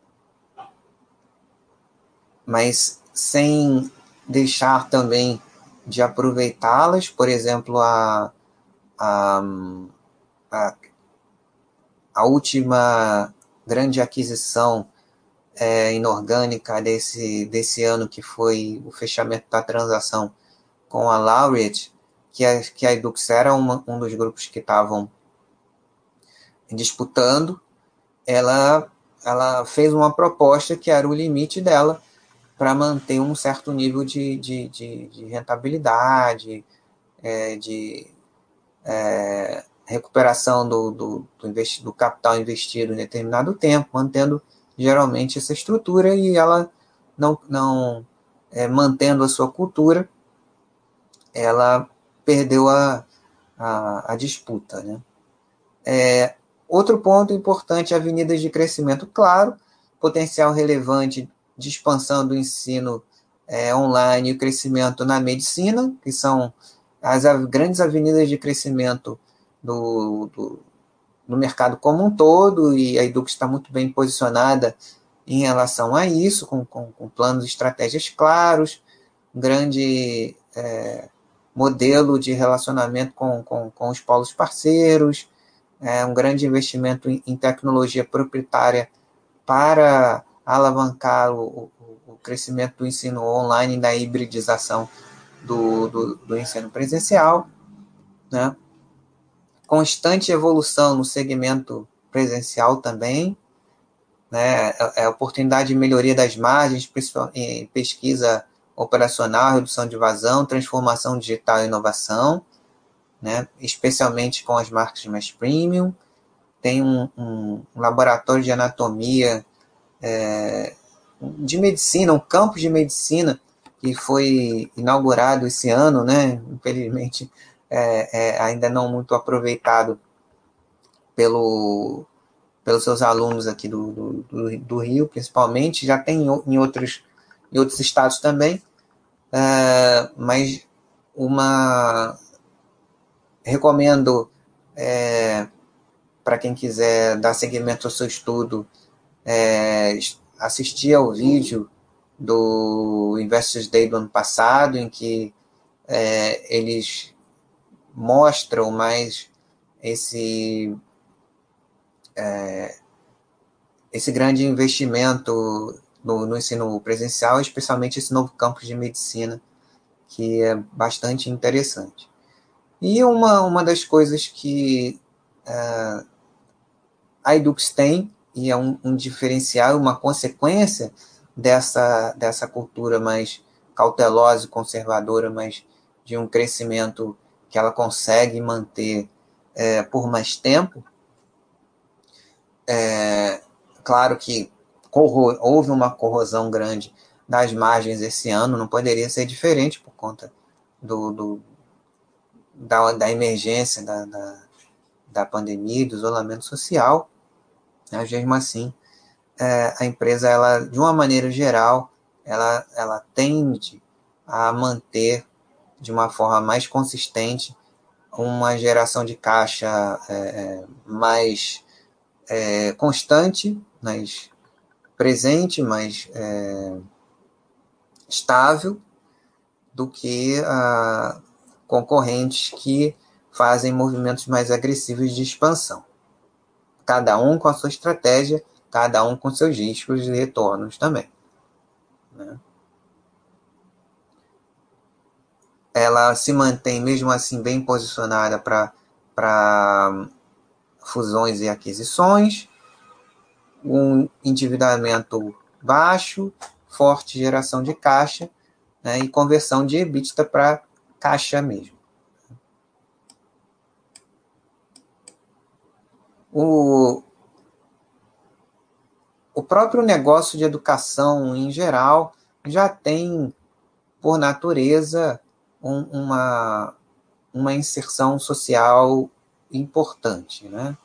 mas sem deixar também de aproveitá-las. Por exemplo, a, a, a, a última grande aquisição é, inorgânica desse, desse ano, que foi o fechamento da transação com a Laureate, que a, que a Edux era uma, um dos grupos que estavam disputando. Ela, ela fez uma proposta que era o limite dela para manter um certo nível de, de, de, de rentabilidade, é, de é, recuperação do, do, do, investi- do capital investido em determinado tempo, mantendo geralmente essa estrutura, e ela não, não é, mantendo a sua cultura, ela perdeu a, a, a disputa, né? É, outro ponto importante, avenidas de crescimento, claro, potencial relevante de expansão do ensino é, online e o crescimento na medicina, que são as grandes avenidas de crescimento do, do, do mercado como um todo, e a Edux está muito bem posicionada em relação a isso, com, com, com planos e estratégias claros, um grande é, modelo de relacionamento com, com, com os polos parceiros, é, um grande investimento em, em tecnologia proprietária para alavancar o, o, o crescimento do ensino online e da hibridização do, do, do ensino presencial, né? Constante evolução no segmento presencial também, né? É, é oportunidade de melhoria das margens, em pesquisa operacional, redução de vazão, transformação digital e inovação, né? Especialmente com as marcas mais premium. Tem um, um laboratório de anatomia, é, de medicina, um campus de medicina que foi inaugurado esse ano, né? Infelizmente, é, é, ainda não muito aproveitado pelo, pelos seus alunos aqui do, do, do, do Rio, principalmente, já tem em outros, em outros estados também, é, mas uma recomendo é, para quem quiser dar seguimento ao seu estudo, é, assistir ao vídeo do Investors Day do ano passado, em que é, eles mostram mais esse, é, esse grande investimento no, no ensino presencial, especialmente esse novo campus de medicina, que é bastante interessante. E uma, uma das coisas que é, a Edux tem, e é um, um diferencial, uma consequência dessa, dessa cultura mais cautelosa e conservadora, mas de um crescimento que ela consegue manter é, por mais tempo. É, claro que corro, houve uma corrosão grande das margens esse ano, não poderia ser diferente por conta do, do, da, da emergência da, da, da pandemia, do isolamento social. Mas mesmo assim, é, a empresa, ela, de uma maneira geral, ela, ela tende a manter de uma forma mais consistente uma geração de caixa é, mais é, constante, mais presente, mais é, estável do que a concorrentes que fazem movimentos mais agressivos de expansão. Cada um com a sua estratégia, cada um com seus riscos e retornos também. Né? Ela se mantém, mesmo assim, bem posicionada para fusões e aquisições, um endividamento baixo, forte geração de caixa, né, e conversão de EBITDA para caixa mesmo. O, o próprio negócio de educação, em geral, já tem, por natureza, um, uma, uma inserção social importante, né?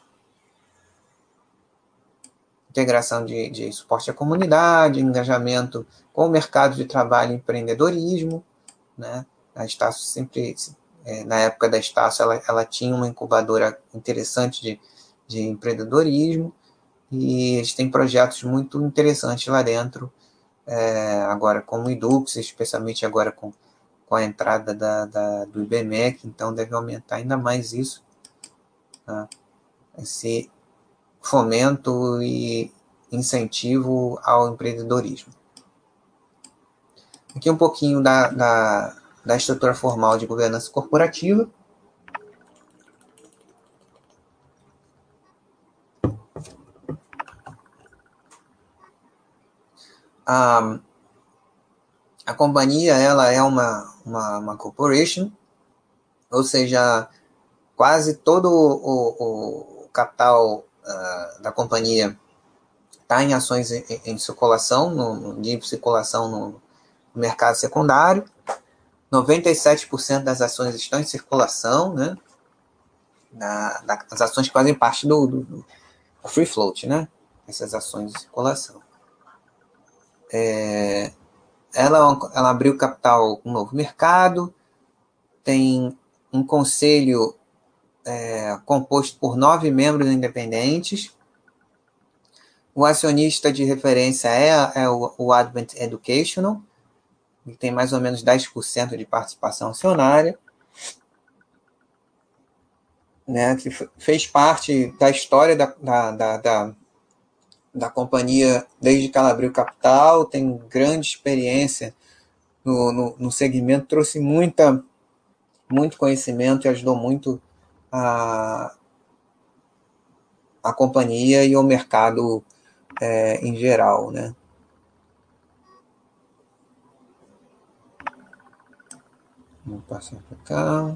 Integração de, de suporte à comunidade, engajamento com o mercado de trabalho e empreendedorismo, né? A Estácio sempre, é, na época da Estácio, ela, ela tinha uma incubadora interessante de, de empreendedorismo, e eles têm projetos muito interessantes lá dentro, é, agora como o Edux, especialmente agora com, com a entrada da, da, do I B M E C, então deve aumentar ainda mais isso, tá? Esse fomento e incentivo ao empreendedorismo. Aqui um pouquinho da, da, da estrutura formal de governança corporativa. A, a companhia, ela é uma, uma, uma corporation, ou seja, quase todo o, o capital uh, da companhia está em ações em, em circulação, no, de circulação no mercado secundário. noventa e sete por cento das ações estão em circulação, né? Na, da, as ações que fazem parte do, do, do free float, né? Essas ações de circulação. É, ela, ela abriu capital um novo mercado, tem um conselho é, composto por nove membros independentes. O acionista de referência é, é o, o Advent Educational, que tem mais ou menos dez por cento de participação acionária, né, que fez parte da história da, da, da, da, da companhia desde que ela abriu capital, tem grande experiência no, no, no segmento, trouxe muita, muito conhecimento e ajudou muito a, a companhia e o mercado é, em geral, né? Vamos passar para cá.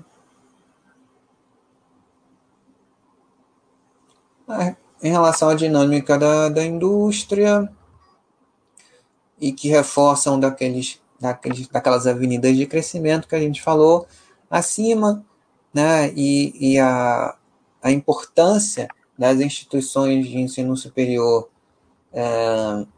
É, em relação à dinâmica da, da indústria, e que reforçam daqueles, daqueles, daquelas avenidas de crescimento que a gente falou acima, né? E, e a, a importância das instituições de ensino superior é,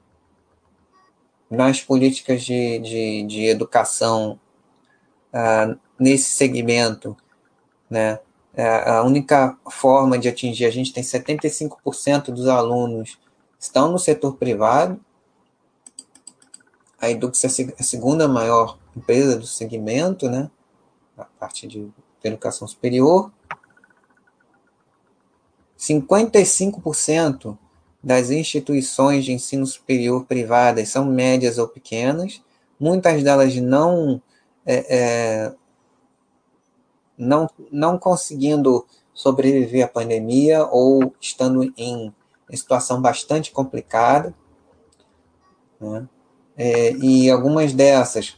nas políticas de, de, de educação é, nesse segmento, né? É, a única forma de atingir, a gente tem setenta e cinco por cento dos alunos estão no setor privado, a Edux é a segunda maior empresa do segmento, né? A parte de educação superior. cinquenta e cinco por cento das instituições de ensino superior privadas são médias ou pequenas, muitas delas não, é, é, não, não conseguindo sobreviver à pandemia ou estando em, em situação bastante complicada, né? É, e algumas dessas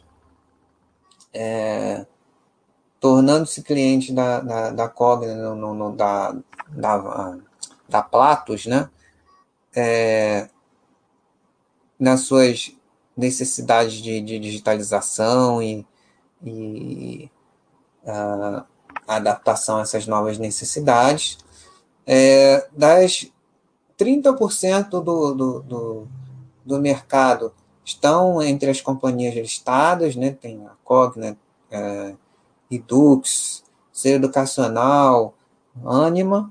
é, tornando-se cliente da, da, da Cogna, no, no, no, da, da, da Platos, né? É, nas suas necessidades de, de digitalização e, e a, a adaptação a essas novas necessidades. É, das trinta por cento do, do, do, do mercado estão entre as companhias listadas, né? Tem a Cogna, é, Edux, Ser Educacional, Anima,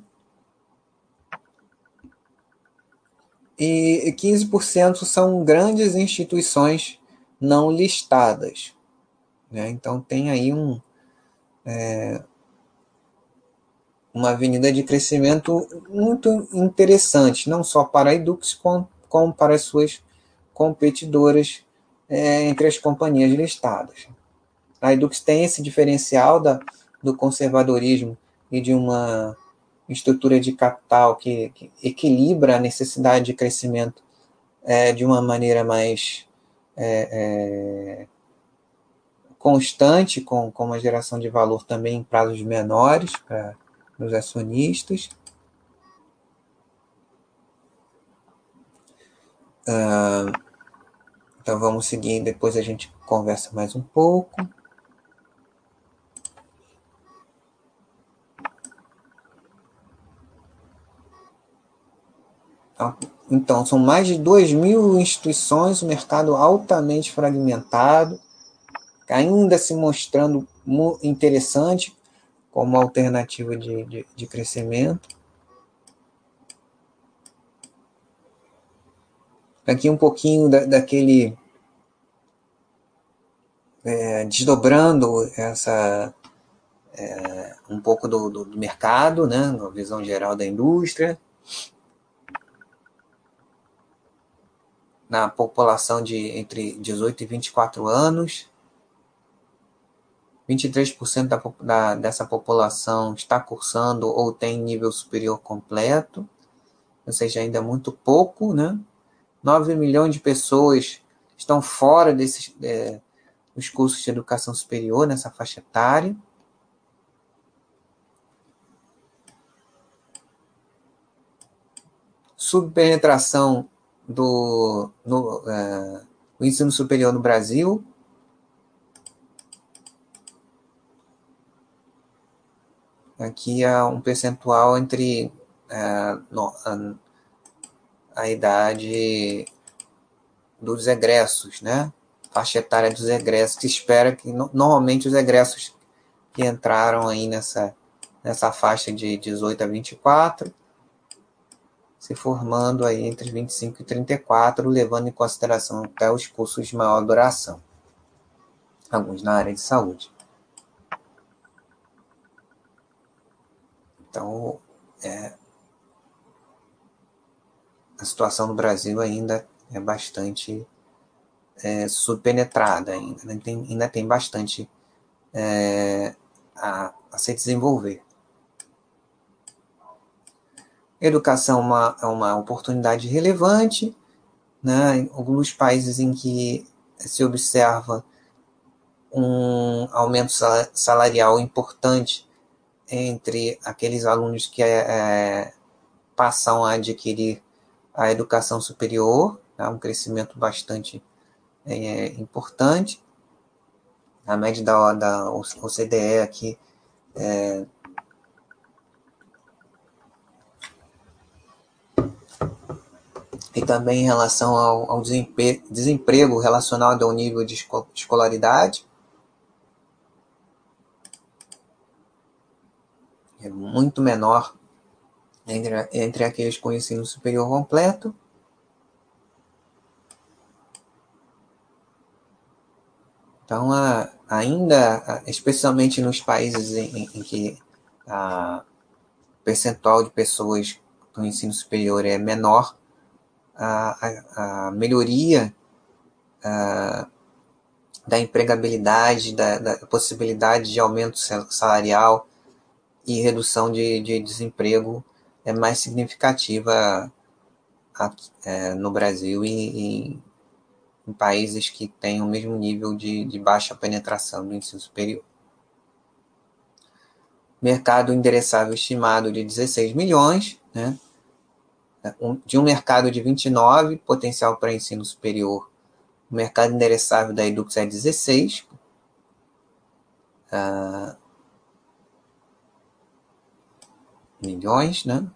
e quinze por cento são grandes instituições não listadas, né? Então tem aí um, é, uma avenida de crescimento muito interessante, não só para a Edux, como, como para as suas competidoras é, entre as companhias listadas. A Edux tem esse diferencial da, do conservadorismo e de uma estrutura de capital que, que equilibra a necessidade de crescimento é, de uma maneira mais é, é, constante, com, com uma geração de valor também em prazos menores para os acionistas. Uh, então vamos seguir, depois a gente conversa mais um pouco. Então, são mais de duas mil instituições, o mercado altamente fragmentado, ainda se mostrando interessante como alternativa de, de, de crescimento. Aqui um pouquinho da, daquele... É, desdobrando essa... É, um pouco do, do, do mercado, né, na visão geral da indústria, na população de entre dezoito e vinte e quatro anos, vinte e três por cento da, da, dessa população está cursando ou tem nível superior completo, ou seja, ainda é muito pouco, né? nove milhões de pessoas estão fora desses, é, dos cursos de educação superior, nessa faixa etária. Subpenetração do no, é, o ensino superior no Brasil. Aqui há um percentual entre é, no, a, a idade dos egressos, né? Faixa etária dos egressos, que espera que no, normalmente os egressos que entraram aí nessa, nessa faixa de dezoito a vinte e quatro, se formando aí entre vinte e cinco e trinta e quatro, levando em consideração até os cursos de maior duração, alguns na área de saúde. Então, é, a situação no Brasil ainda é bastante é, subpenetrada, ainda, né? tem, ainda tem bastante é, a, a se desenvolver. Educação é uma, é uma oportunidade relevante, né? Em alguns países em que se observa um aumento salarial importante entre aqueles alunos que é, passam a adquirir a educação superior, tá? Um crescimento bastante é, importante. A média da, da O C D E aqui é, e também em relação ao, ao desemprego relacionado ao nível de escolaridade. É muito menor entre, entre aqueles com ensino superior completo. Então, a, ainda, especialmente nos países em, em que a percentual de pessoas do ensino superior é menor, a, a, a melhoria a, da empregabilidade, da, da possibilidade de aumento salarial e redução de, de desemprego é mais significativa aqui, é, no Brasil e, e em países que têm o mesmo nível de, de baixa penetração do ensino superior. Mercado endereçável estimado de dezesseis milhões, né? De um mercado de vinte e nove, potencial para ensino superior. O mercado endereçável da Edux é dezesseis. Uh, milhões, né?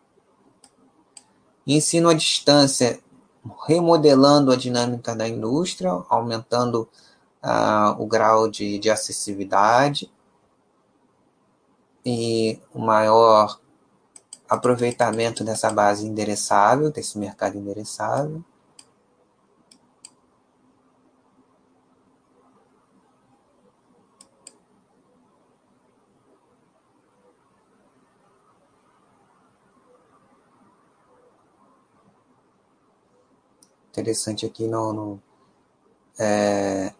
Ensino à distância, remodelando a dinâmica da indústria, aumentando uh, o grau de, de acessibilidade e o maior aproveitamento dessa base endereçável, desse mercado endereçável. Interessante aqui no, no é,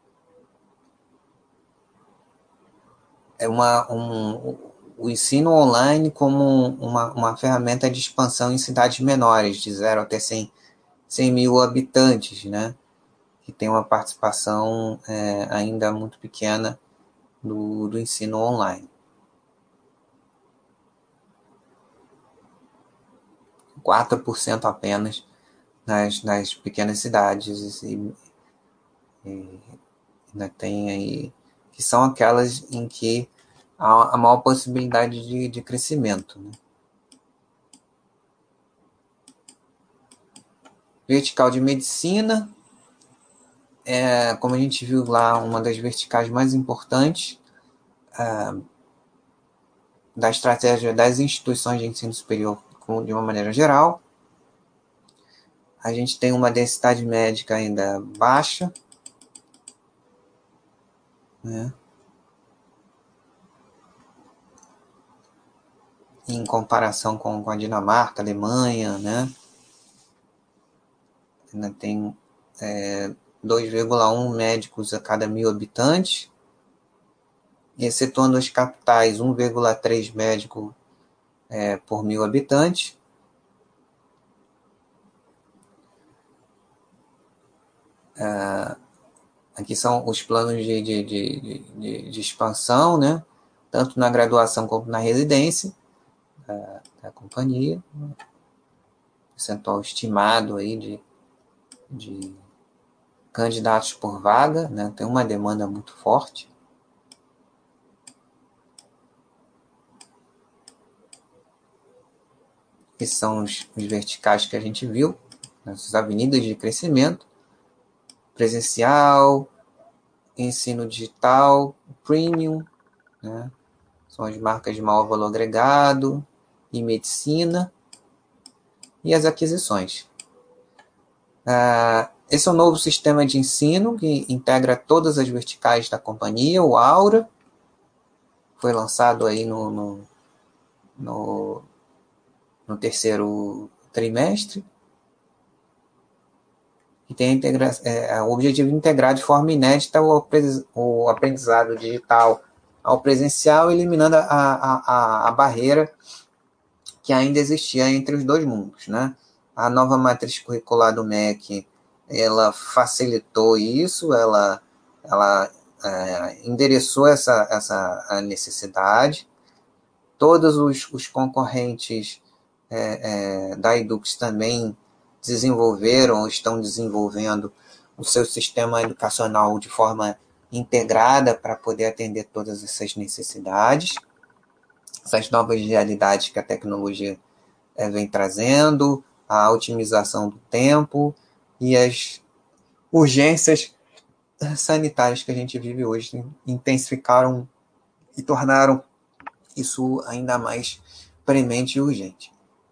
é uma, um, o ensino online como uma, uma ferramenta de expansão em cidades menores, de zero até cem mil habitantes, né? Que tem uma participação é, ainda muito pequena do, do ensino online. quatro por cento apenas nas, nas pequenas cidades e, e ainda tem aí que são aquelas em que há a maior possibilidade de, de crescimento, né? Vertical de medicina, é, como a gente viu lá, uma das verticais mais importantes é, da estratégia das instituições de ensino superior de uma maneira geral. A gente tem uma densidade médica ainda baixa, né? Em comparação com, com a Dinamarca, a Alemanha, né? Ainda tem é, dois vírgula um médicos a cada mil habitantes, excetuando as capitais, um vírgula três médico é, por mil habitantes. É, aqui são os planos de, de, de, de, de expansão, né? Tanto na graduação como na residência da, da companhia. Percentual estimado aí de, de candidatos por vaga, né? Tem uma demanda muito forte. Esses são os, os verticais que a gente viu, as avenidas de crescimento, presencial, ensino digital, premium, né? São as marcas de maior valor agregado, e medicina, e as aquisições. Ah, esse é um novo sistema de ensino que integra todas as verticais da companhia, o Aura, foi lançado aí no, no, no, no terceiro trimestre, e tem a integra- é, o objetivo de integrar de forma inédita o, o aprendizado digital ao presencial, eliminando a, a, a, a barreira que ainda existia entre os dois mundos, né? A nova matriz curricular do M E C, ela facilitou isso, ela, ela é, endereçou essa, essa necessidade. Todos os, os concorrentes é, é, da Edux também desenvolveram ou estão desenvolvendo o seu sistema educacional de forma integrada para poder atender todas essas necessidades, essas novas realidades que a tecnologia é, vem trazendo, a otimização do tempo e as urgências sanitárias que a gente vive hoje intensificaram e tornaram isso ainda mais premente e urgente.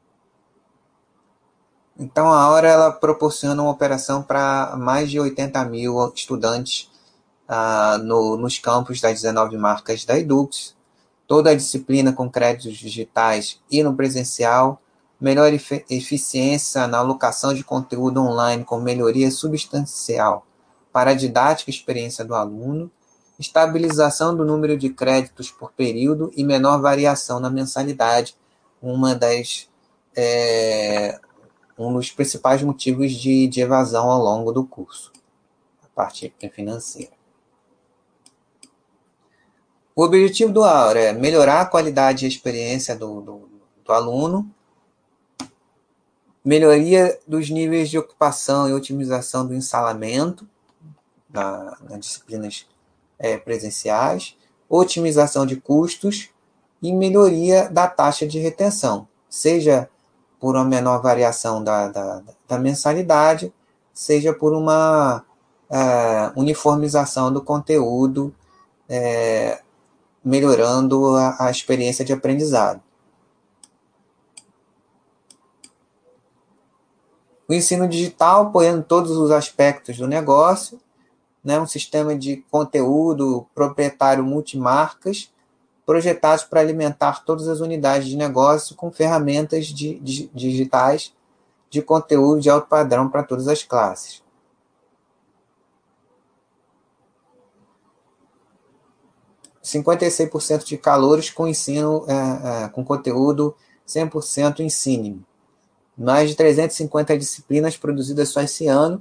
Então, a Aura ela proporciona uma operação para mais de oitenta mil estudantes ah, no, nos campos das dezenove marcas da Edux, toda a disciplina com créditos digitais e no presencial, melhor eficiência na alocação de conteúdo online com melhoria substancial para a didática e experiência do aluno, estabilização do número de créditos por período e menor variação na mensalidade, uma das, é, um dos principais motivos de, de evasão ao longo do curso, a parte financeira. O objetivo do Aura é melhorar a qualidade e a experiência do, do, do aluno, melhoria dos níveis de ocupação e otimização do ensalamento na, nas disciplinas é, presenciais, otimização de custos e melhoria da taxa de retenção, seja por uma menor variação da, da, da mensalidade, seja por uma é, uniformização do conteúdo, é, melhorando a, a experiência de aprendizado. O ensino digital, apoiando todos os aspectos do negócio, né, um sistema de conteúdo proprietário multimarcas, projetados para alimentar todas as unidades de negócio com ferramentas de, de, digitais de conteúdo de alto padrão para todas as classes. cinquenta e seis por cento de calouros com ensino, é, é, com conteúdo cem por cento ensino. Mais de trezentas e cinquenta disciplinas produzidas só esse ano.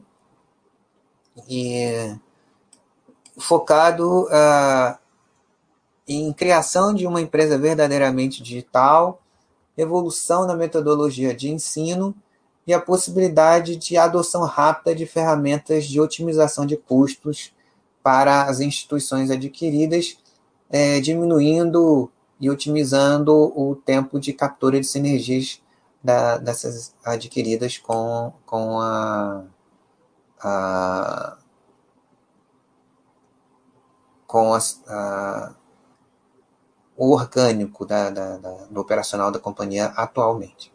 E focado uh, em criação de uma empresa verdadeiramente digital, evolução na metodologia de ensino e a possibilidade de adoção rápida de ferramentas de otimização de custos para as instituições adquiridas, é, diminuindo e otimizando o tempo de captura de sinergias da, dessas adquiridas com, com a, a com a, a, o orgânico da, da, da, do operacional da companhia atualmente.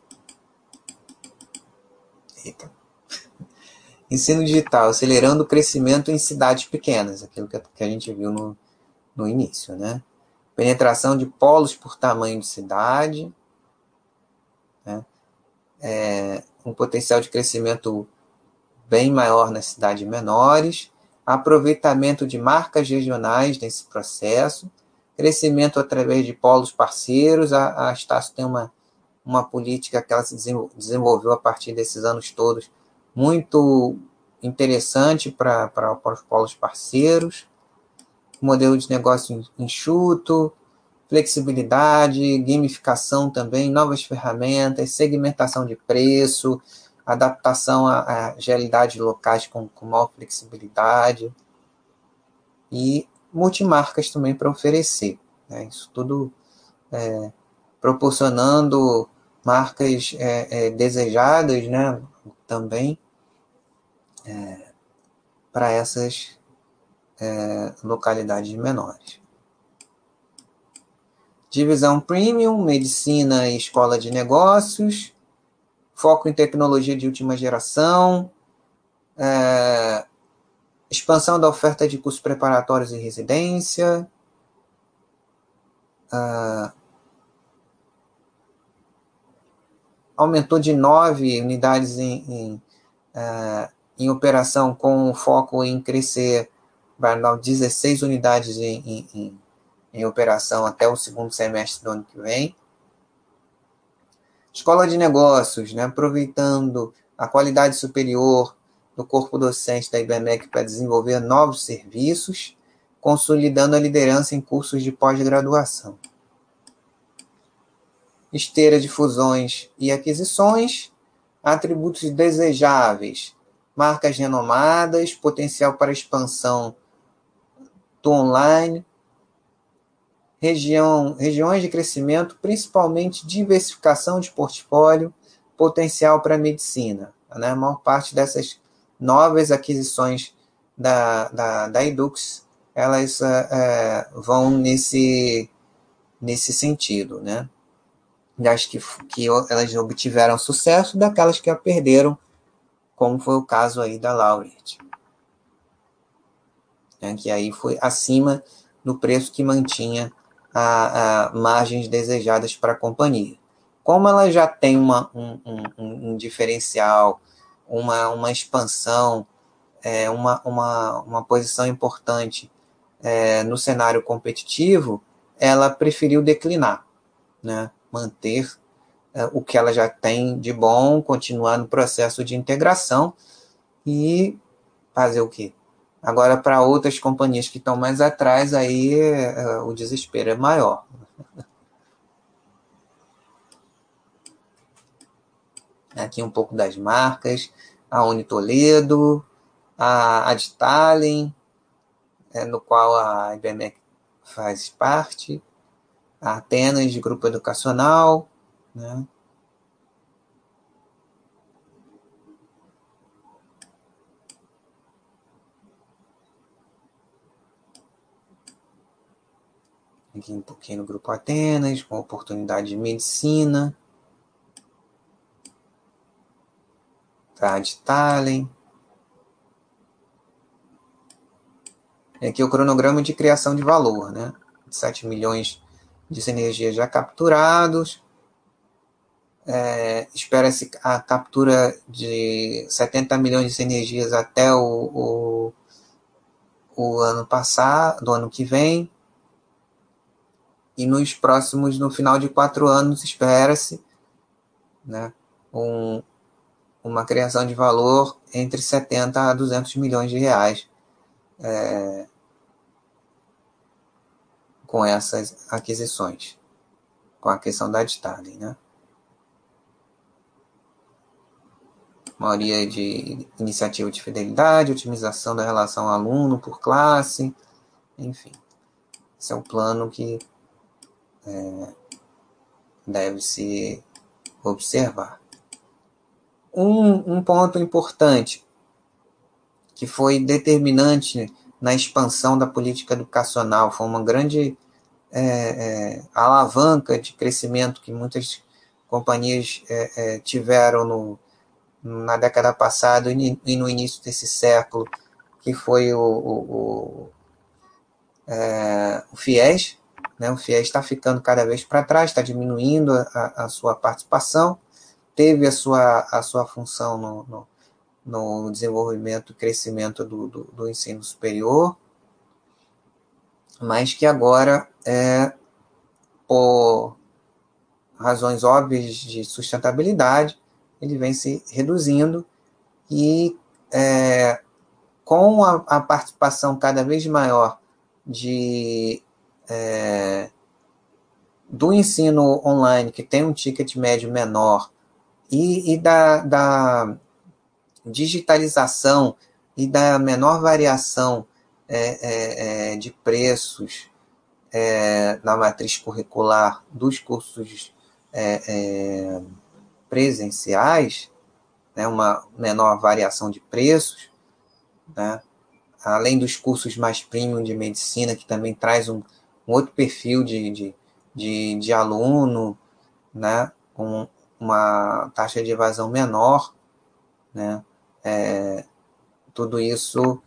Eita. Ensino digital, acelerando o crescimento em cidades pequenas, aquilo que a, que a gente viu no, no início, né? Penetração de polos por tamanho de cidade, né? É, um potencial de crescimento bem maior nas cidades menores, aproveitamento de marcas regionais nesse processo, crescimento através de polos parceiros. A, a Estácio tem uma, uma política que ela se desenvolveu a partir desses anos todos, muito interessante para, para, para os polos parceiros, modelo de negócio enxuto, flexibilidade, gamificação também, novas ferramentas, segmentação de preço, adaptação a, a realidades locais com, com maior flexibilidade e multimarcas também para oferecer, né? Isso tudo é, proporcionando marcas é, é, desejadas, né? Também é, para essas é, localidades menores. Divisão Premium, Medicina e Escola de Negócios, foco em tecnologia de última geração, é, expansão da oferta de cursos preparatórios e residência, é, aumentou de nove unidades em, em, é, em operação, com foco em crescer para dezesseis unidades em, em, em, em operação até o segundo semestre do ano que vem. Escola de Negócios, né, aproveitando a qualidade superior do corpo docente da I B M E C para desenvolver novos serviços, consolidando a liderança em cursos de pós-graduação. Esteira de fusões e aquisições, atributos desejáveis, marcas renomadas, potencial para expansão do online, região, regiões de crescimento, principalmente diversificação de portfólio, potencial para a medicina, né? A maior parte dessas novas aquisições da, da, da Edux, elas é, vão nesse, nesse sentido, né? Das que, que elas obtiveram sucesso, daquelas que a perderam, como foi o caso aí da Laureate, né? Que aí foi acima do preço que mantinha a, a margens desejadas para a companhia. Como ela já tem uma, um, um, um diferencial, uma, uma expansão, é, uma, uma, uma posição importante é, no cenário competitivo, ela preferiu declinar, né? Manter é, o que ela já tem de bom, continuar no processo de integração e fazer o quê? Agora, para outras companhias que estão mais atrás, aí é, o desespero é maior. Aqui um pouco das marcas, a Unitoledo, a Adtalem, é, no qual a I B M faz parte, a Atenas, de grupo educacional, né? Aqui um pouquinho no grupo Atenas, com oportunidade de medicina, a Adtalem. Aqui o cronograma de criação de valor, né? sete milhões de sinergias já capturados. É, espera-se a captura de setenta milhões de sinergias até o, o, o ano passado, do ano que vem. E nos próximos, no final de quatro anos, espera-se, né, um, uma criação de valor entre setenta a duzentos milhões de reais é, com essas aquisições, com a questão da Adtalem, né? Maioria de iniciativa de fidelidade, otimização da relação aluno por classe, enfim. Esse é o plano que é, deve se observar. Um, um ponto importante que foi determinante na expansão da política educacional, foi uma grande é, é, alavanca de crescimento que muitas companhias é, é, tiveram no, na década passada e no início desse século, que foi o, o, o, é, o FIES. Né? O FIES está ficando cada vez para trás, está diminuindo a, a sua participação, teve a sua, a sua função no, no, no desenvolvimento e crescimento do, do, do ensino superior, mas que agora, é, por razões óbvias de sustentabilidade, ele vem se reduzindo e é, com a, a participação cada vez maior de, é, do ensino online, que tem um ticket médio menor, e, e da, da digitalização e da menor variação é, é, de preços é, na matriz curricular dos cursos é, é, presenciais, né, uma menor variação de preços, né, além dos cursos mais premium de medicina, que também traz um, um outro perfil de, de, de, de aluno, né, com uma taxa de evasão menor, né, é, tudo isso,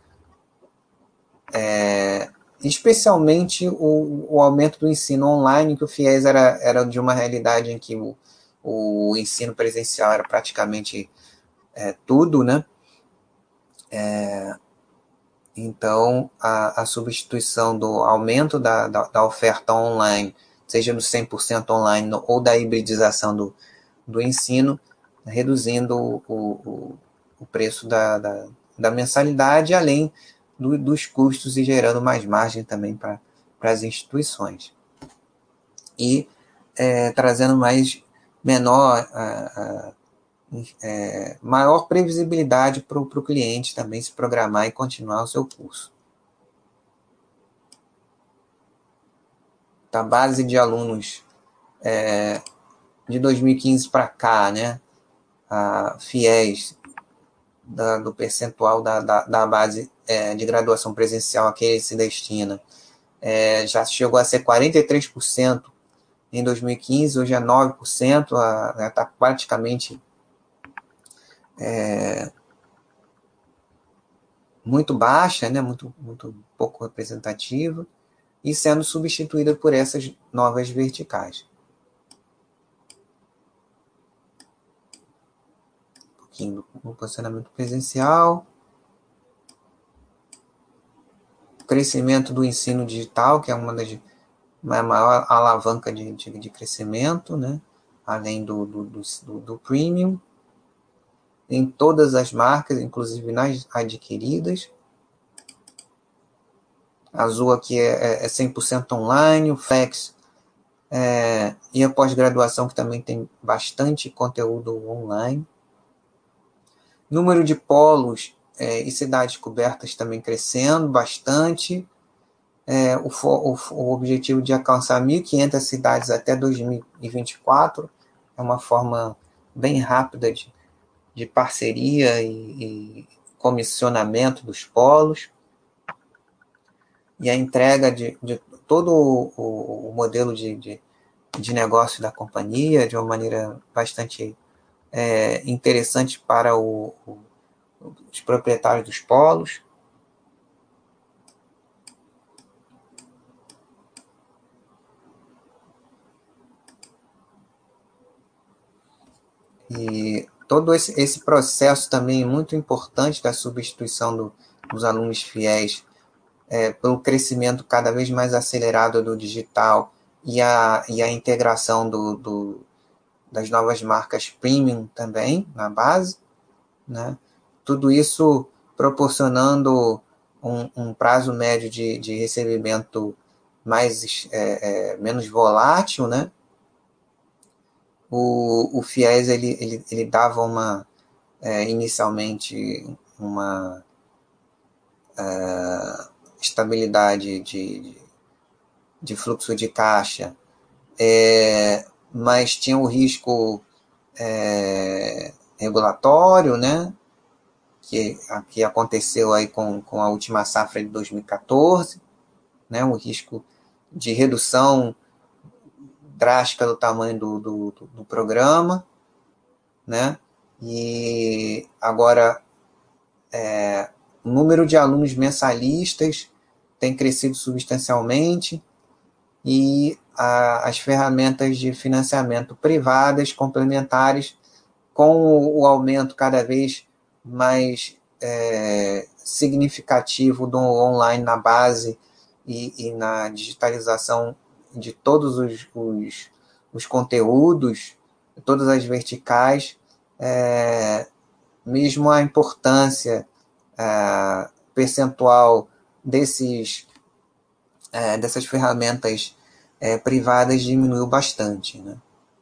é, especialmente o, o aumento do ensino online, que o FIES era, era de uma realidade em que o, o ensino presencial era praticamente é, tudo, né? É, então, a, a substituição do aumento da, da, da oferta online, seja no cem por cento online ou da hibridização do, do ensino, reduzindo o, o, o preço da, da, da mensalidade, além do, dos custos e gerando mais margem também para as instituições. E é, trazendo mais menor, a, a, é, maior previsibilidade para o cliente também se programar e continuar o seu curso. Da base de alunos é, de dois mil e quinze para cá, né? a fiéis da, do percentual da, da, da base é, de graduação presencial a que ele se destina, é, já chegou a ser quarenta e três por cento em dois mil e quinze, hoje é nove por cento, está praticamente é, muito baixa, né, muito, muito pouco representativa, e sendo substituída por essas novas verticais. Um pouquinho do posicionamento presencial. O crescimento do ensino digital, que é uma das uma maior alavanca de, de, de crescimento, né, além do, do, do, do premium, em todas as marcas, inclusive nas adquiridas. Azul aqui é, é cem por cento online, o Flex é, e a pós-graduação, que também tem bastante conteúdo online. Número de polos é, e cidades cobertas também crescendo bastante. É, o, o, o objetivo de alcançar mil e quinhentas cidades até dois mil e vinte e quatro é uma forma bem rápida de, de parceria e, e comissionamento dos polos. E a entrega de, de todo o, o modelo de, de, de negócio da companhia de uma maneira bastante é, interessante para o, o, os proprietários dos polos. E todo esse, esse processo também é muito importante da substituição do, dos alunos fiéis é, pelo crescimento cada vez mais acelerado do digital e a, e a integração do, do, das novas marcas premium também na base, né? Tudo isso proporcionando um, um prazo médio de, de recebimento mais, é, é, menos volátil, né? O, o FIES ele, ele, ele dava uma, é, inicialmente uma uh, estabilidade de, de fluxo de caixa, é, mas tinha o risco é, regulatório, né, que, que aconteceu aí com, com a última safra de dois mil e quatorze, né, o risco de redução drástica do tamanho do, do, do programa, né, e agora é, o número de alunos mensalistas tem crescido substancialmente e a, as ferramentas de financiamento privadas complementares, com o, o aumento cada vez mais é, significativo do online na base e, e na digitalização de todos os, os, os conteúdos, todas as verticais, é, mesmo a importância é, percentual desses, é, dessas ferramentas é, privadas diminuiu bastante, né?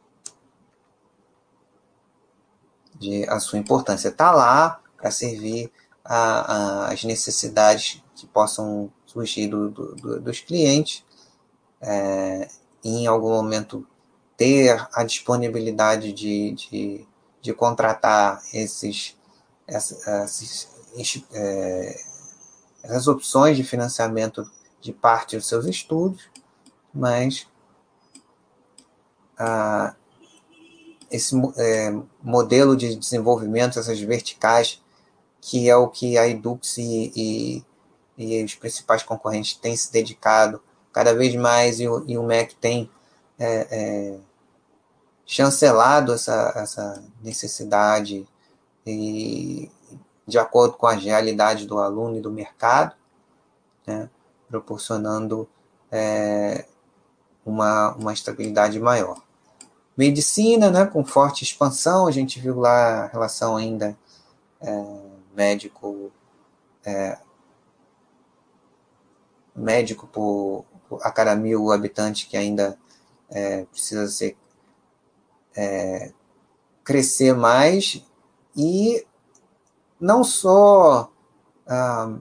De, a sua importância está lá para servir às necessidades que possam surgir do, do, dos clientes, é, em algum momento ter a disponibilidade de, de, de contratar esses, esses, esses é, essas opções de financiamento de parte dos seus estudos, mas ah, esse é, modelo de desenvolvimento, essas verticais, que é o que a Edux e, e, e os principais concorrentes têm se dedicado cada vez mais, e o, e o M E C tem é, é, chancelado essa, essa necessidade e, de acordo com as realidades do aluno e do mercado, né, proporcionando é, uma, uma estabilidade maior. Medicina, né, com forte expansão, a gente viu lá a relação ainda é, médico é, médico por, por a cada mil habitantes, que ainda é, precisa ser é, crescer mais, e não só ah,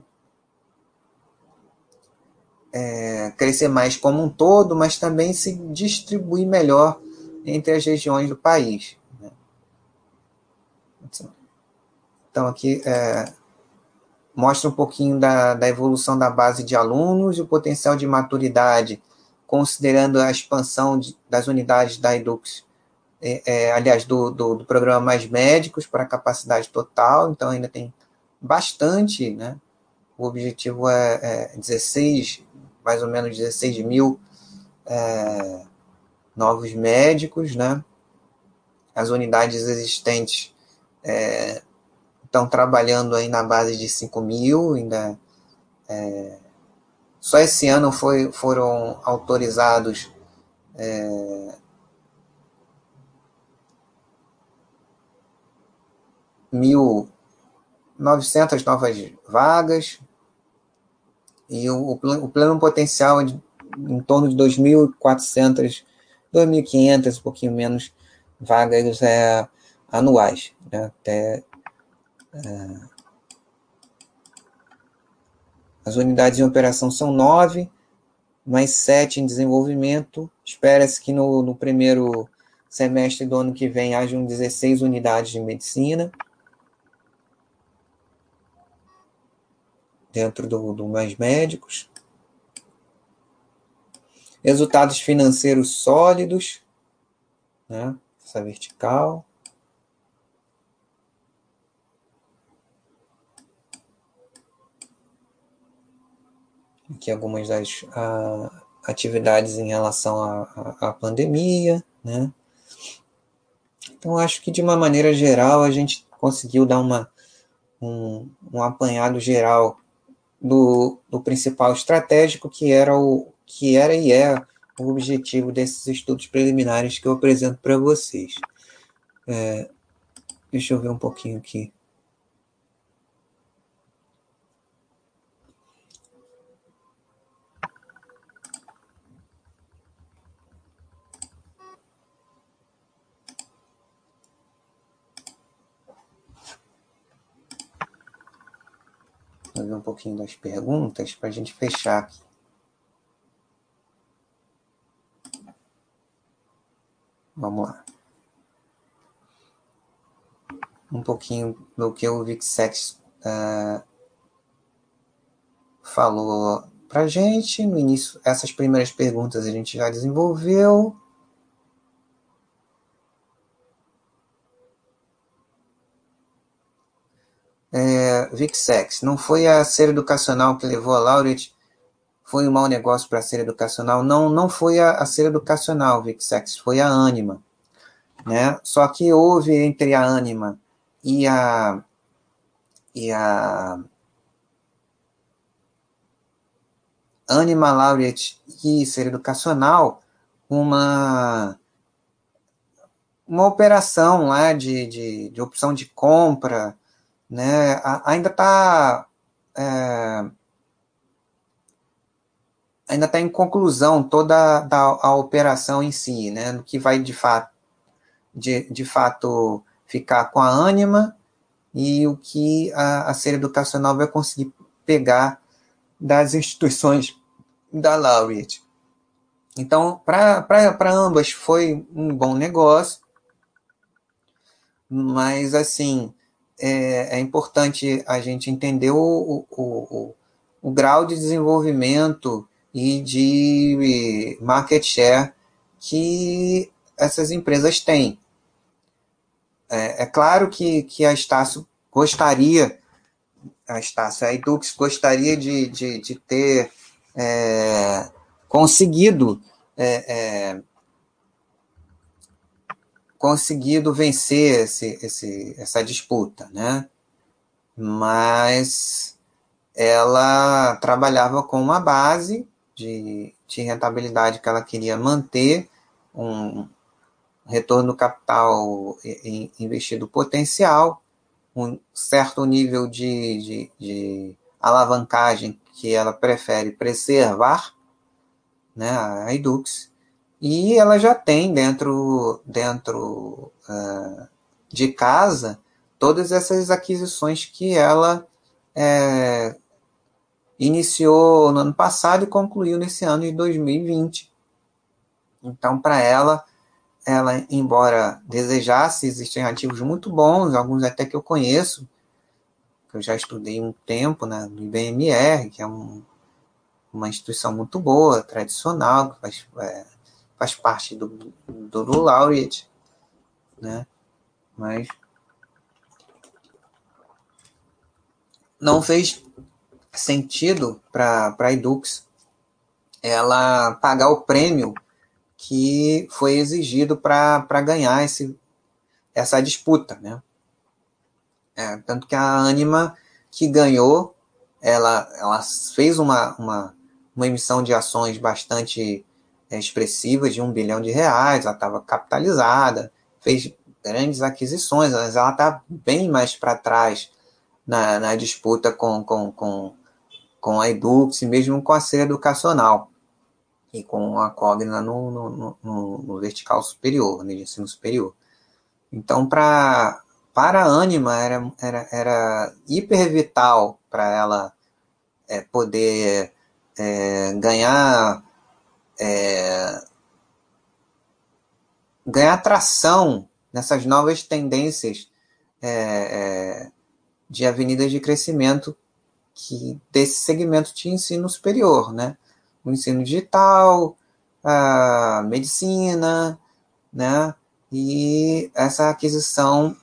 é, crescer mais como um todo, mas também se distribuir melhor entre as regiões do país, né? Então, aqui é, mostra um pouquinho da, da evolução da base de alunos e o potencial de maturidade, considerando a expansão de, das unidades da Edux, é, é, aliás, do, do, do programa Mais Médicos para a capacidade total, então ainda tem bastante, né? O objetivo é, é dezesseis, mais ou menos dezesseis mil é, novos médicos, né? As unidades existentes é, estão trabalhando aí na base de cinco mil, ainda é, só esse ano foi, foram autorizados é, mil e novecentas novas vagas, e o, o plano potencial é de, em torno de dois mil e quatrocentas, dois mil e quinhentas, um pouquinho menos, vagas é, anuais, né? Até, é, as unidades em operação são nove, mais sete em desenvolvimento. Espera-se que no, no primeiro semestre do ano que vem hajam dezesseis unidades de medicina dentro do, do Mais Médicos. Resultados financeiros sólidos, né? Essa vertical. Aqui algumas das a, atividades em relação à pandemia, né? Então, acho que de uma maneira geral a gente conseguiu dar uma, um, um apanhado geral do, do principal estratégico, que era, o, que era e é o objetivo desses estudos preliminares que eu apresento para vocês. É, deixa eu ver um pouquinho aqui. Vou ver um pouquinho das perguntas para a gente fechar aqui. Vamos lá. Um pouquinho do que o Vixex uh, falou para a gente. No início, essas primeiras perguntas a gente já desenvolveu. É, Vixex, não foi a Ser Educacional que levou a Laureate? Foi um mau negócio para a Ser Educacional? Não, não foi a, a Ser Educacional, Vixex, foi a Anima. Né? Só que houve entre a Anima e a, e a Anima, Laureate e Ser Educacional uma, uma operação lá de, de, de opção de compra, né? A, ainda está é, ainda está em conclusão toda a, a operação em si, né? No que vai de fato, de, de fato ficar com a Anima e o que a, a Ser Educacional vai conseguir pegar das instituições da Laureate. Então, para ambas foi um bom negócio, mas, assim, é, é importante a gente entender o, o, o, o grau de desenvolvimento e de market share que essas empresas têm. É, é claro que, que a Estácio gostaria, a Estácio, a Edux gostaria de, de, de ter é, conseguido é, é, conseguido vencer esse, esse, essa disputa, né? Mas ela trabalhava com uma base de, de rentabilidade que ela queria manter, um retorno do capital investido potencial, um certo nível de, de, de alavancagem que ela prefere preservar, né, a Edux, e ela já tem dentro, dentro uh, de casa todas essas aquisições que ela é, iniciou no ano passado e concluiu nesse ano de dois mil e vinte. Então, para ela, ela, embora desejasse, existem ativos muito bons, alguns até que eu conheço, que eu já estudei um tempo, né, no I B M R, que é um, uma instituição muito boa, tradicional, que faz, é, faz parte do, do, do Laureate, né, mas não fez sentido para a Edux ela pagar o prêmio que foi exigido para ganhar esse, essa disputa, né? É, tanto que a Anima que ganhou, ela, ela fez uma, uma, uma emissão de ações bastante é, expressiva, de um bilhão de reais, ela estava capitalizada, fez grandes aquisições, mas ela está bem mais para trás na, na disputa com, com, com, com a Edux, mesmo com a Ser Educacional e com a Cogna no, no, no, no vertical superior, no ensino superior. Então, pra, para a Anima, era, era, era hiper vital para ela é, poder é, ganhar, é, ganhar tração nessas novas tendências é, é, de avenidas de crescimento que desse segmento de ensino superior, né? O ensino digital, a medicina, né? E essa aquisição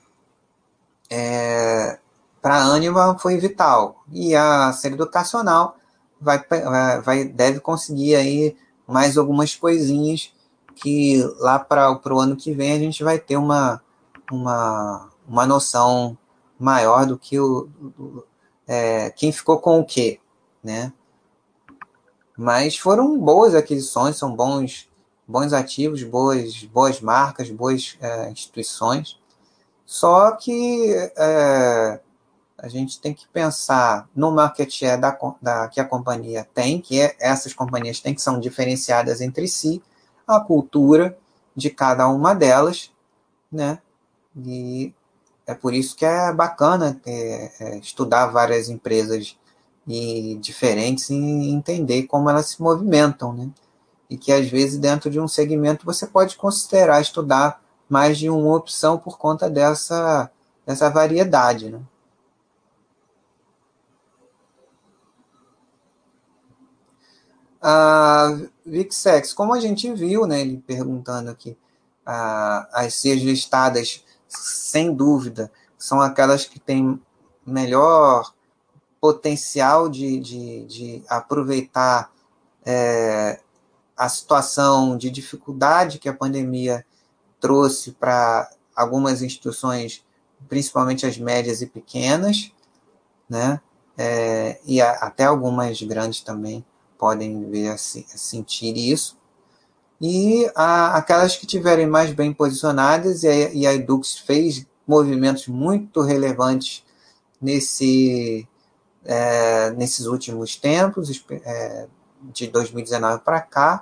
é, para a Anima foi vital. E a série educacional vai, vai, deve conseguir aí mais algumas coisinhas que lá para o ano que vem a gente vai ter uma, uma, uma noção maior do que o do, é, quem ficou com o quê, né? Mas foram boas aquisições, são bons, bons ativos, boas, boas marcas, boas é, instituições. Só que é, a gente tem que pensar no market share da, da, que a companhia tem, que é, essas companhias têm que ser diferenciadas entre si, a cultura de cada uma delas, né? E é por isso que é bacana é, é, estudar várias empresas e diferentes e entender como elas se movimentam, né? E que às vezes dentro de um segmento você pode considerar estudar mais de uma opção por conta dessa, dessa variedade, né? A Vixex, como a gente viu, né, ele perguntando aqui, a, as C E As listadas, sem dúvida, são aquelas que têm melhor potencial de, de, de aproveitar é, a situação de dificuldade que a pandemia trouxe para algumas instituições, principalmente as médias e pequenas, né? É, e a, até algumas grandes também podem ver, sentir isso. E a, aquelas que tiverem mais bem posicionadas, e a, e a Edux fez movimentos muito relevantes nesse, é, nesses últimos tempos, é, de dois mil e dezenove para cá,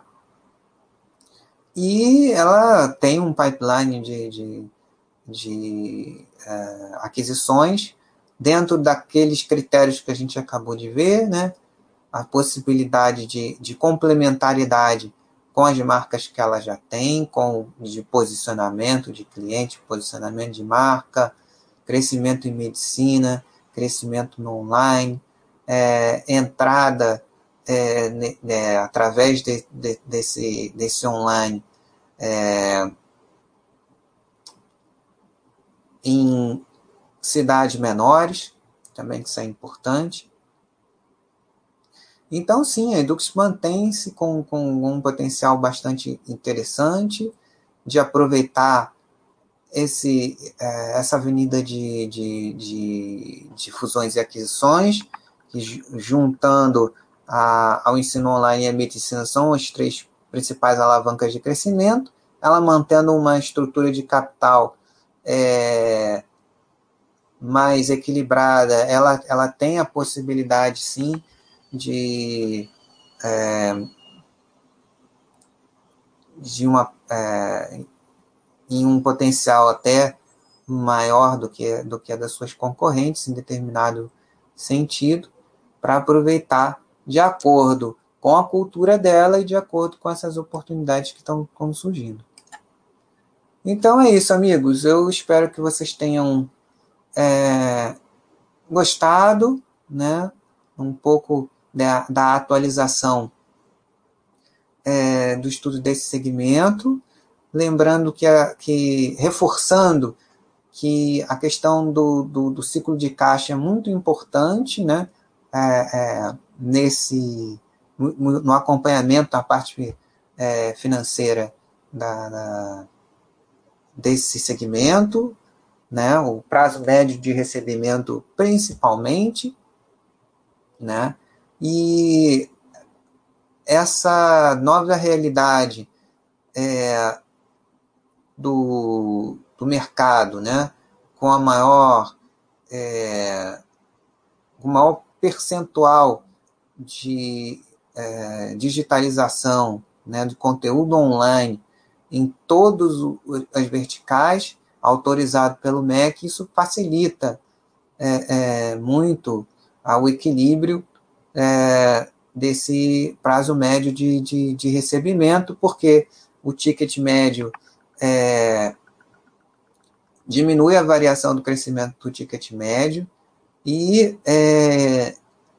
e ela tem um pipeline de, de, de é, aquisições dentro daqueles critérios que a gente acabou de ver, né? A possibilidade de, de complementariedade com as marcas que ela já tem, com de posicionamento de cliente, posicionamento de marca, crescimento em medicina, crescimento no online, é, entrada é, né, através de, de, desse, desse online é, em cidades menores, também que isso é importante. Então, sim, a Edux mantém-se com, com um potencial bastante interessante de aproveitar esse, essa avenida de, de, de, de fusões e aquisições, que juntando a, ao ensino online e a medicina são as três principais alavancas de crescimento, ela mantendo uma estrutura de capital é, mais equilibrada, ela, ela tem a possibilidade, sim, de, é, de uma, é, em um potencial até maior do que, do que a das suas concorrentes, em determinado sentido, para aproveitar de acordo com a cultura dela e de acordo com essas oportunidades que estão surgindo. Então é isso, amigos. Eu espero que vocês tenham é, gostado, né, um pouco da, da atualização é, do estudo desse segmento. Lembrando que, a, que reforçando que a questão do, do, do ciclo de caixa é muito importante, né, é, é, nesse, no, no acompanhamento da parte é, financeira da, da, desse segmento, né, o prazo médio de recebimento principalmente, né, e essa nova realidade é, do, do mercado, né, com a maior, é, o maior percentual de é, digitalização, né, de conteúdo online em todas as verticais, autorizado pelo M E C, isso facilita é, é, muito o equilíbrio é, desse prazo médio de, de, de recebimento, porque o ticket médio é, diminui a variação do crescimento do ticket médio e é,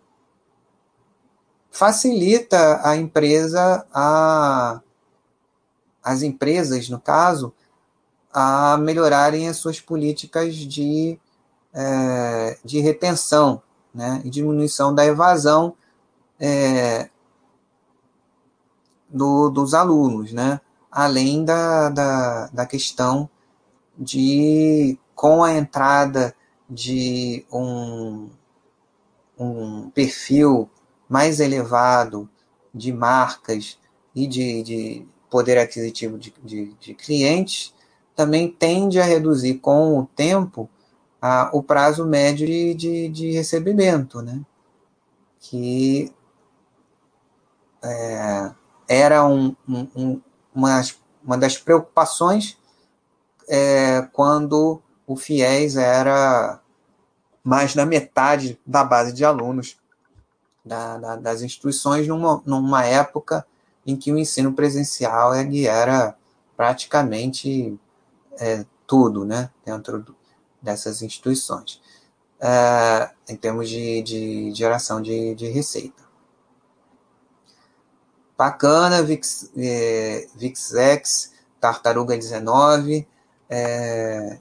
facilita a empresa, a, as empresas, no caso, a melhorarem as suas políticas de, é, de retenção, né, e diminuição da evasão é, do, dos alunos, né, além da, da, da questão de, com a entrada de um, um perfil mais elevado de marcas e de, de poder aquisitivo de, de, de clientes, também tende a reduzir com o tempo a, o prazo médio de, de, de recebimento, né? Que é, era um, um, um, uma, uma das preocupações é, quando o FIES era mais da metade da base de alunos da, da, das instituições numa, numa época em que o ensino presencial ele era praticamente é, tudo, né, dentro do, dessas instituições, é, em termos de, de geração de, de receita. Bacana, Vix, é, VixX, Tartaruga dezenove, é,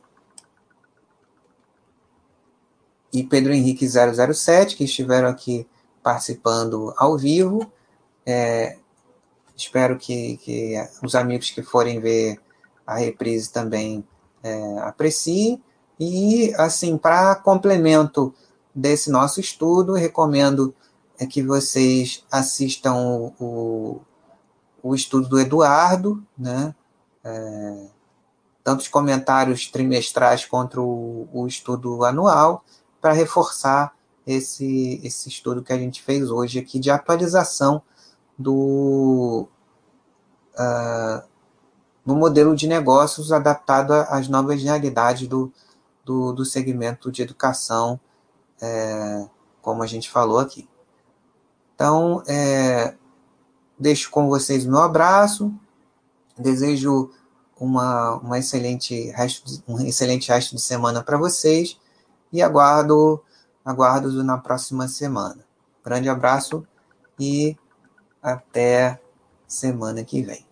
e Pedro Henrique zero zero sete, que estiveram aqui participando ao vivo. É, espero que, que os amigos que forem ver a reprise também é, apreciem. E, assim, para complemento desse nosso estudo, recomendo é, que vocês assistam o, o, o estudo do Eduardo, né? É, tanto os comentários trimestrais quanto o, o estudo anual, para reforçar esse, esse estudo que a gente fez hoje aqui de atualização do, uh, do modelo de negócios adaptado às novas realidades do, do, do segmento de educação, é, como a gente falou aqui. Então, é, deixo com vocês o meu abraço, desejo uma, uma excelente resto, um excelente resto de semana para vocês e aguardo, aguardo na próxima semana. Grande abraço e até semana que vem.